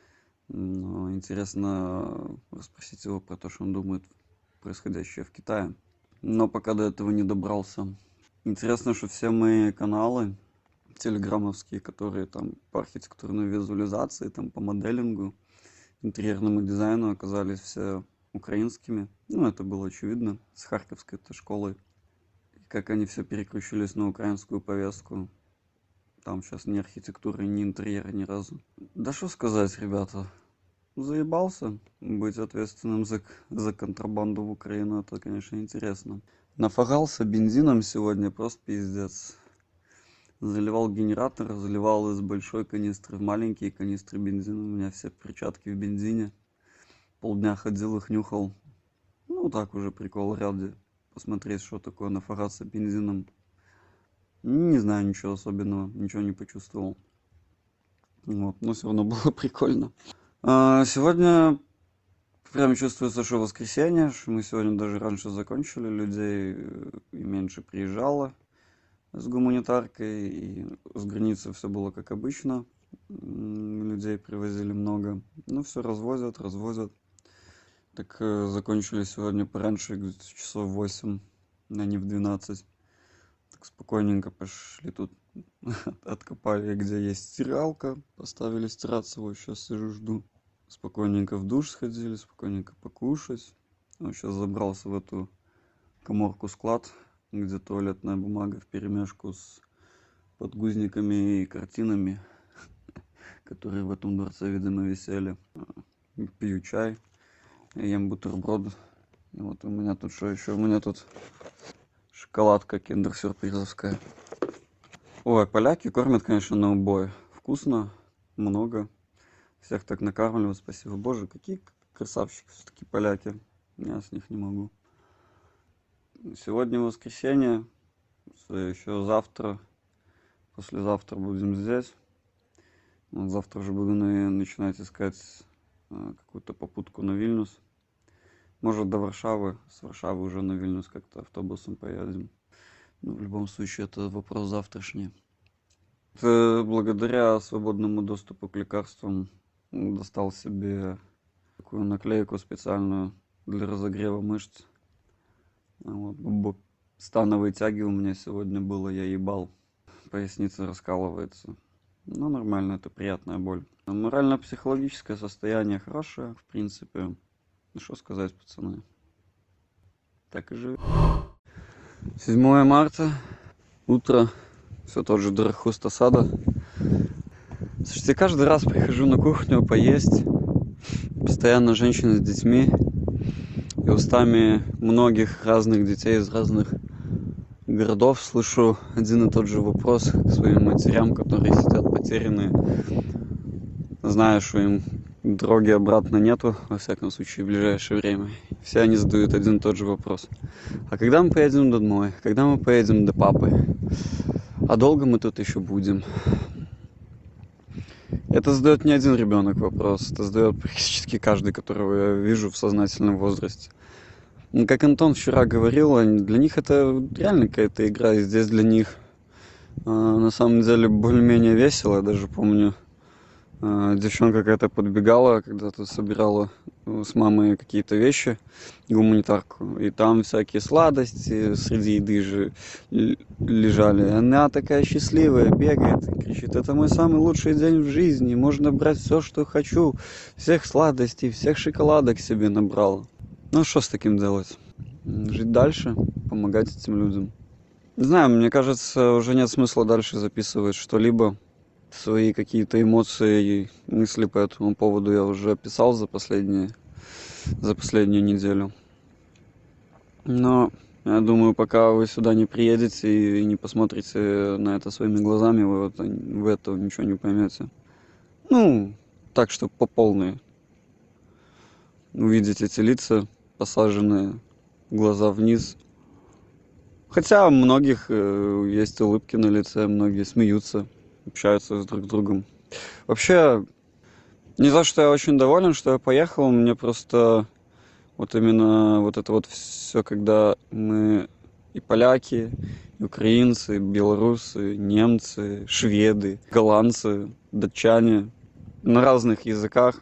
Но интересно расспросить его про то, что он думает происходящее в Китае. Но пока до этого не добрался. Интересно, что все мои каналы телеграммовские, которые там по архитектурной визуализации, там по моделингу, интерьерному дизайну, оказались все украинскими. Ну, это было очевидно, с харьковской-то школой. И как они все переключились на украинскую повестку. Там сейчас ни архитектуры, ни интерьера, ни разу. Да что сказать, ребята. Заебался быть ответственным за контрабанду в Украину. Это, конечно, интересно. Нафагался бензином сегодня, просто пиздец. Заливал генератор, заливал из большой канистры в маленькие канистры бензина. У меня все перчатки в бензине. Полдня ходил, их нюхал. Ну, так уже прикол ради. Посмотреть, что такое нафагаться бензином. Не знаю ничего особенного, ничего не почувствовал. Вот, но все равно было прикольно. Сегодня прям чувствуется, что воскресенье, что мы сегодня даже раньше закончили, людей и меньше приезжало с гуманитаркой, и с границы все было как обычно, людей привозили много, ну все развозят. Так закончили сегодня пораньше, где-то часов 8, а не в 12. Так спокойненько пошли тут, откопали, где есть стиралка, поставили стираться, вот сейчас сижу, жду. Спокойненько в душ сходили, спокойненько покушать. Вот сейчас забрался в эту каморку-склад, где туалетная бумага вперемешку с подгузниками и картинами, которые в этом дворце, видимо, висели. Пью чай. Я ем бутерброды. И вот у меня тут что еще? У меня тут шоколадка киндер-сюрпризовская. Ой, поляки кормят, конечно, на убой. Вкусно, много. Всех так накармливают, спасибо боже. Какие красавчики все-таки поляки. Я с них не могу. Сегодня воскресенье. Еще завтра, послезавтра будем здесь. Вот завтра уже буду начинать искать какую-то попутку на Вильнюс. Может, до Варшавы. С Варшавы уже на Вильнюс как-то автобусом поедем. Но в любом случае, это вопрос завтрашний. Это благодаря свободному доступу к лекарствам достал себе такую наклейку специальную для разогрева мышц. Вот. Становые тяги у меня сегодня было, я ебал. Поясница раскалывается. Ну, нормально, это приятная боль. Морально-психологическое состояние хорошее, в принципе. Ну, что сказать, пацаны. Так и живет. 7 марта, утро, все тот же Дарахуста сада. Слушайте, каждый раз прихожу на кухню поесть. Постоянно женщины с детьми. И устами многих разных детей из разных городов слышу один и тот же вопрос к своим матерям, которые сидят потерянные, зная, что им дороги обратно нету, во всяком случае, в ближайшее время. Все они задают один и тот же вопрос. А когда мы поедем домой? Когда мы поедем до папы? А долго мы тут еще будем? Это задает не один ребенок вопрос, это задает практически каждый, которого я вижу в сознательном возрасте. Как Антон вчера говорил, для них это реально какая-то игра, и здесь для них на самом деле более-менее весело. Я даже помню, девчонка какая-то подбегала, когда-то собирала с мамой какие-то вещи, гуманитарку, и там всякие сладости среди еды же лежали. Она такая счастливая, бегает, кричит: это мой самый лучший день в жизни, можно брать все, что хочу, всех сладостей, всех шоколадок себе набрала. Ну, что с таким делать? Жить дальше, помогать этим людям. Не знаю, мне кажется, уже нет смысла дальше записывать что-либо. Свои какие-то эмоции и мысли по этому поводу я уже описал за последнюю неделю. Но я думаю, пока вы сюда не приедете и не посмотрите на это своими глазами, вы этого ничего не поймете. Ну, так что по полной. Увидите эти лица, посаженные, глаза вниз. Хотя у многих есть улыбки на лице, многие смеются, общаются друг с другом. Вообще, не за что я очень доволен, что я поехал. Мне просто вот именно вот это вот все, когда мы и поляки, и украинцы, и белорусы, и немцы, шведы, голландцы, датчане на разных языках,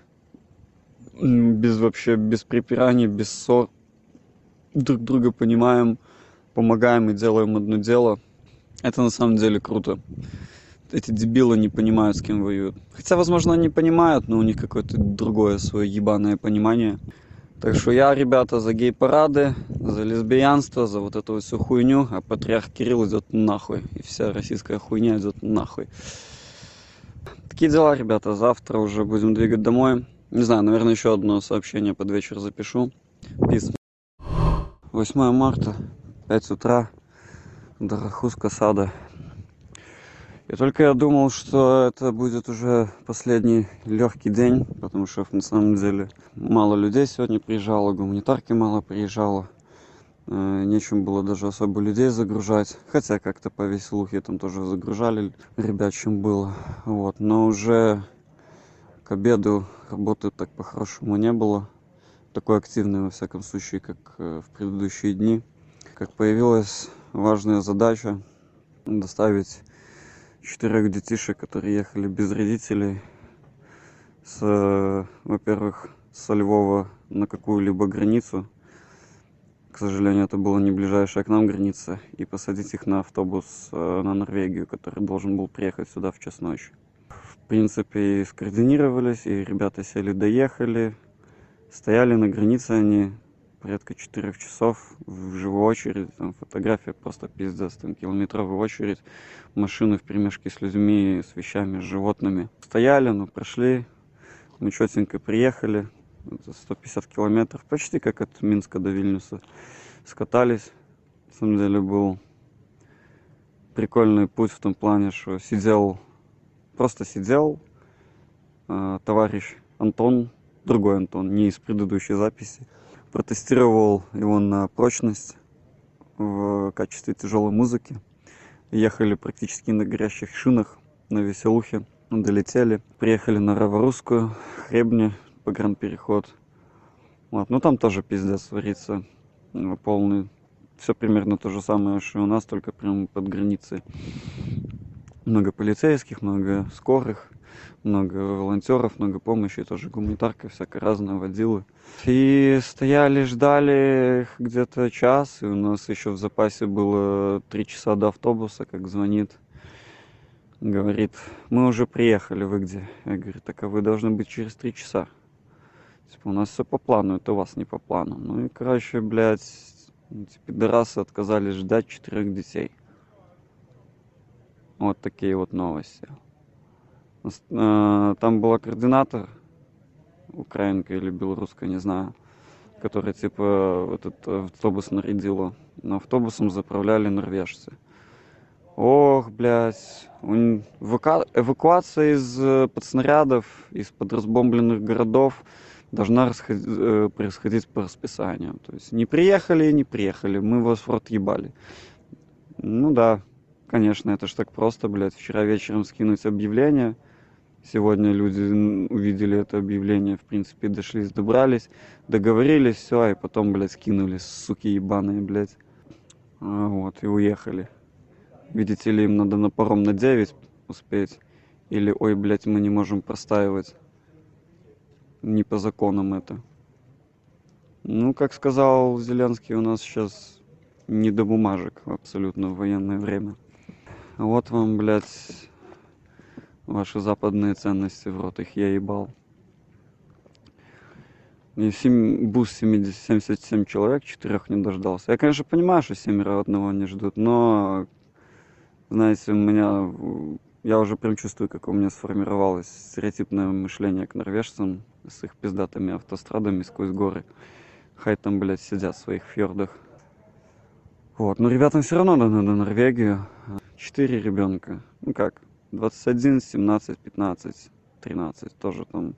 без препираний, без ссор, друг друга понимаем, помогаем и делаем одно дело. Это на самом деле круто. Эти дебилы не понимают, с кем воюют. Хотя, возможно, они понимают, но у них какое-то другое свое ебаное понимание. Так что я, ребята, за гей-парады, за лесбиянство, за вот эту вот всю хуйню, а патриарх Кирилл идет нахуй. И вся российская хуйня идет нахуй. Такие дела, ребята. Завтра уже будем двигать домой. Не знаю, наверное, еще одно сообщение под вечер запишу. Peace. 8 марта, 5 утра, Дарахуска сада. И только я думал, что это будет уже последний легкий день, потому что на самом деле мало людей сегодня приезжало, гуманитарки мало приезжало. Нечем было даже особо людей загружать. Хотя как-то по веселухе там тоже загружали ребят, чем было. Вот. Но уже к обеду работы так по-хорошему не было. Такой активной, во всяком случае, как в предыдущие дни. Как появилась важная задача доставить 4 детишек, которые ехали без родителей, во-первых, со Львова на какую-либо границу. К сожалению, это была не ближайшая к нам граница. И посадить их на автобус на Норвегию, который должен был приехать сюда в час ночи. В принципе, и скоординировались, и ребята сели, доехали. Стояли на границе они порядка 4 часов в живую очередь. Там фотография просто пиздец, там километровая очередь. Машины вперемешке с людьми, с вещами, с животными. Стояли, но прошли. Мы четенько приехали. Это 150 километров, почти как от Минска до Вильнюса. Скатались. На самом деле был прикольный путь в том плане, что просто сидел товарищ Антон, другой Антон, не из предыдущей записи, протестировал его на прочность в качестве тяжелой музыки. Ехали практически на горящих шинах, на веселухе, долетели. Приехали на Раворусскую, Хребни, погранпереход. Вот. Ну там тоже пиздец творится полный. Все примерно то же самое, что и у нас, только прям под границей. Много полицейских, много скорых, много волонтеров, много помощи, тоже гуманитарка всякая разная, водилы. И стояли, ждали их где-то час, и у нас еще в запасе было 3 часа до автобуса, как звонит. Говорит, мы уже приехали, вы где? Я говорю, так а вы должны быть через 3 часа. Типа, у нас все по плану, это у вас не по плану. Ну и, короче, блядь, эти пидорасы отказались ждать 4 детей. Вот такие вот новости. Там была координатор, украинка или белорусская, не знаю, которая типа этот автобус нарядила. Но автобусом заправляли норвежцы. Ох, блядь. Эвакуация из подснарядов, из-под разбомбленных городов должна происходить по расписанию. То есть не приехали, мы вас в рот ебали. Ну да, конечно, это ж так просто, блядь. Вчера вечером скинуть объявление. Сегодня люди увидели это объявление, в принципе, добрались, договорились, все, и потом, блядь, скинули, суки ебаные, блядь. Вот, и уехали. Видите ли, им надо на паром на 9 успеть. Или, ой, блядь, мы не можем простаивать. Не по законам это. Ну, как сказал Зеленский, у нас сейчас не до бумажек абсолютно в военное время. Вот вам, блядь, ваши западные ценности, в рот их я ебал. И бус 77 человек, 4 не дождался. Я, конечно, понимаю, что 7 одного не ждут, но, знаете, я уже прям чувствую, как у меня сформировалось стереотипное мышление к норвежцам с их пиздатыми автострадами сквозь горы. Хай там, блядь, сидят в своих фьордах. Вот, но ребятам все равно надо на Норвегию. 4 ребенка. Ну как, 21, 17, 15, 13. Тоже там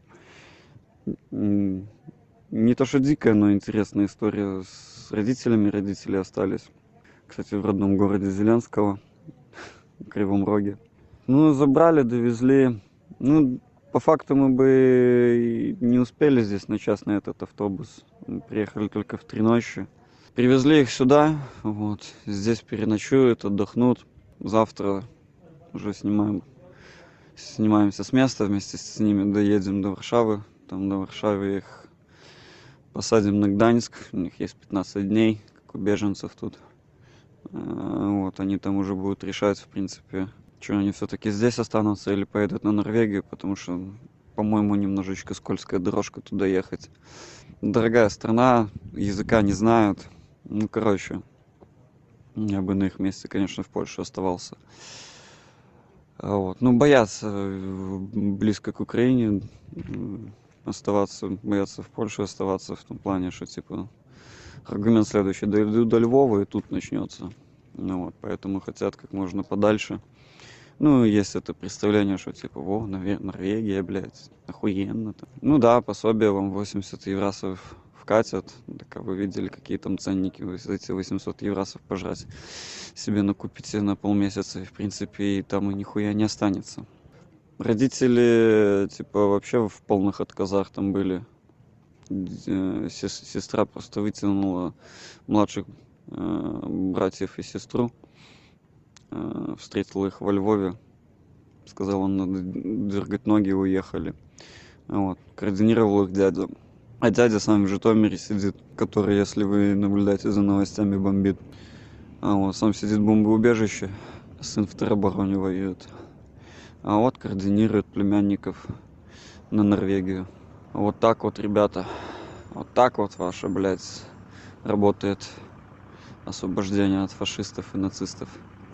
не то что дикая, но интересная история с родителями. Родители остались, кстати, в родном городе Зеленского, в Кривом Роге. Ну, забрали, довезли. Ну, по факту мы бы не успели здесь на частный этот автобус. Мы приехали только в 3 ночи. Привезли их сюда, вот. Здесь переночуют, отдохнут. Завтра уже снимаемся с места, вместе с ними доедем до Варшавы. Там до Варшавы их посадим на Гданьск. У них есть 15 дней, как у беженцев тут. Вот, они там уже будут решать, в принципе, что они все-таки здесь останутся или поедут на Норвегию, потому что, по-моему, немножечко скользкая дорожка туда ехать. Дорогая страна, языка не знают. Ну, короче, я бы на их месте, конечно, в Польше оставался. Вот. Ну, боятся близко к Украине оставаться, боятся в Польше оставаться в том плане, что, типа, аргумент следующий: дойду до Львова, и тут начнется. Ну, вот, поэтому хотят как можно подальше. Ну, есть это представление, что, типа, Норвегия, блядь, охуенно там. Ну да, пособие вам 80 евросов вкатят. Так вы видели, какие там ценники. Вы эти 800 евросов пожрать себе накупите на полмесяца, и, в принципе, и там и нихуя не останется. Родители, типа, вообще в полных отказах там были. Сестра просто вытянула младших братьев и сестру. Встретила их во Львове. Сказала, надо дергать ноги, и уехали. Вот. Координировал их дядя. А дядя сам в Житомире сидит, который, если вы наблюдаете за новостями, бомбит. А вот сам сидит в бомбоубежище, сын в теробороне воюет. А вот координирует племянников на Норвегию. Вот так вот, ребята. Вот так вот ваше, блядь, работает освобождение от фашистов и нацистов.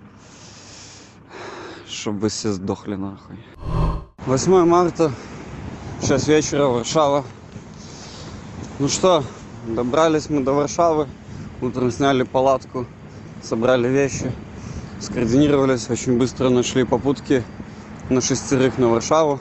Чтоб вы все сдохли нахуй. 8 марта, 6 вечера, Варшава. Ну что, добрались мы до Варшавы. Утром сняли палатку, собрали вещи, скоординировались, очень быстро нашли попутки на 6 на Варшаву.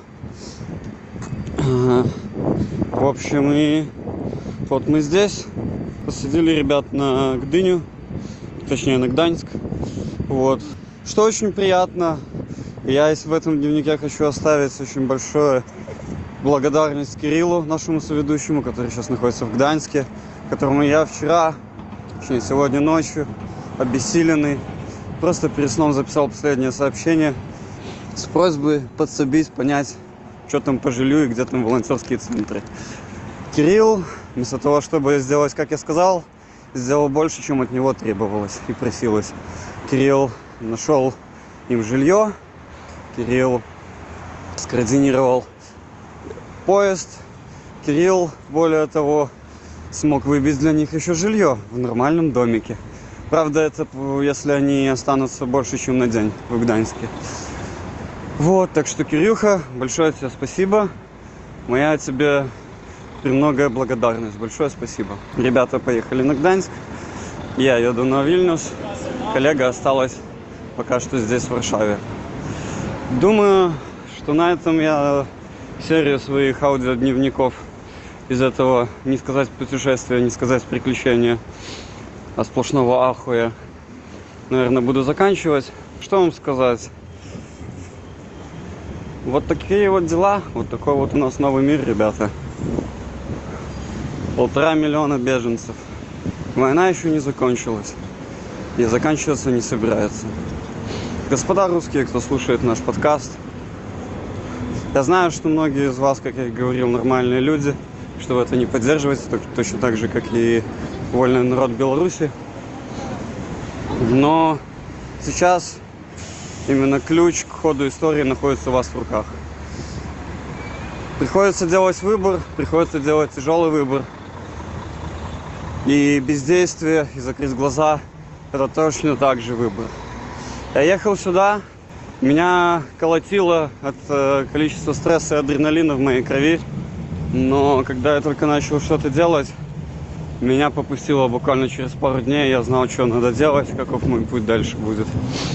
В общем, и вот мы здесь. Посадили ребят на Гдыню, точнее на Гданьск. Вот. Что очень приятно. Я в этом дневнике хочу оставить очень большое благодарность Кириллу, нашему соведущему, который сейчас находится в Гданьске, которому я вчера, точнее сегодня ночью, обессиленный, просто перед сном записал последнее сообщение с просьбой подсобить, понять, что там по жилью и где там волонтерские центры. Кирилл, вместо того, чтобы сделать, как я сказал, сделал больше, чем от него требовалось и просилось. Кирилл нашел им жилье, Кирилл скоординировал поезд, Кирилл, более того, смог выбить для них еще жилье в нормальном домике. Правда, это если они останутся больше, чем на день в Гданьске. Вот, так что, Кирюха, большое тебе спасибо. Моя тебе премногая благодарность. Большое спасибо. Ребята поехали на Гданьск. Я еду на Вильнюс. Коллега осталась пока что здесь, в Варшаве. Думаю, что на этом я серию своих аудиодневников из этого, не сказать путешествия, не сказать приключения, а сплошного ахуя, наверное, буду заканчивать. Что вам сказать? Вот такие вот дела. Вот такой вот у нас новый мир, ребята. 1,5 миллиона беженцев. Война еще не закончилась. И заканчиваться не собирается. Господа русские, кто слушает наш подкаст, я знаю, что многие из вас, как я и говорил, нормальные люди, что вы это не поддерживаете, точно так же, как и вольный народ Беларуси. Но сейчас именно ключ к ходу истории находится у вас в руках. Приходится делать выбор, приходится делать тяжелый выбор. И бездействие, и закрыть глаза – это точно так же выбор. Я ехал сюда, меня колотило от количества стресса и адреналина в моей крови. Но когда я только начал что-то делать, меня попустило буквально через пару дней. Я знал, что надо делать, каков мой путь дальше будет.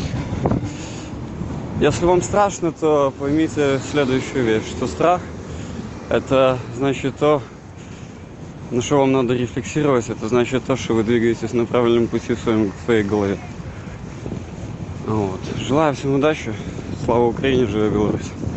Если вам страшно, то поймите следующую вещь, что страх – это значит то, на что вам надо рефлексировать, это значит то, что вы двигаетесь на правильном пути в своей голове. Вот. Желаю всем удачи. Слава Украине, живе Беларусь.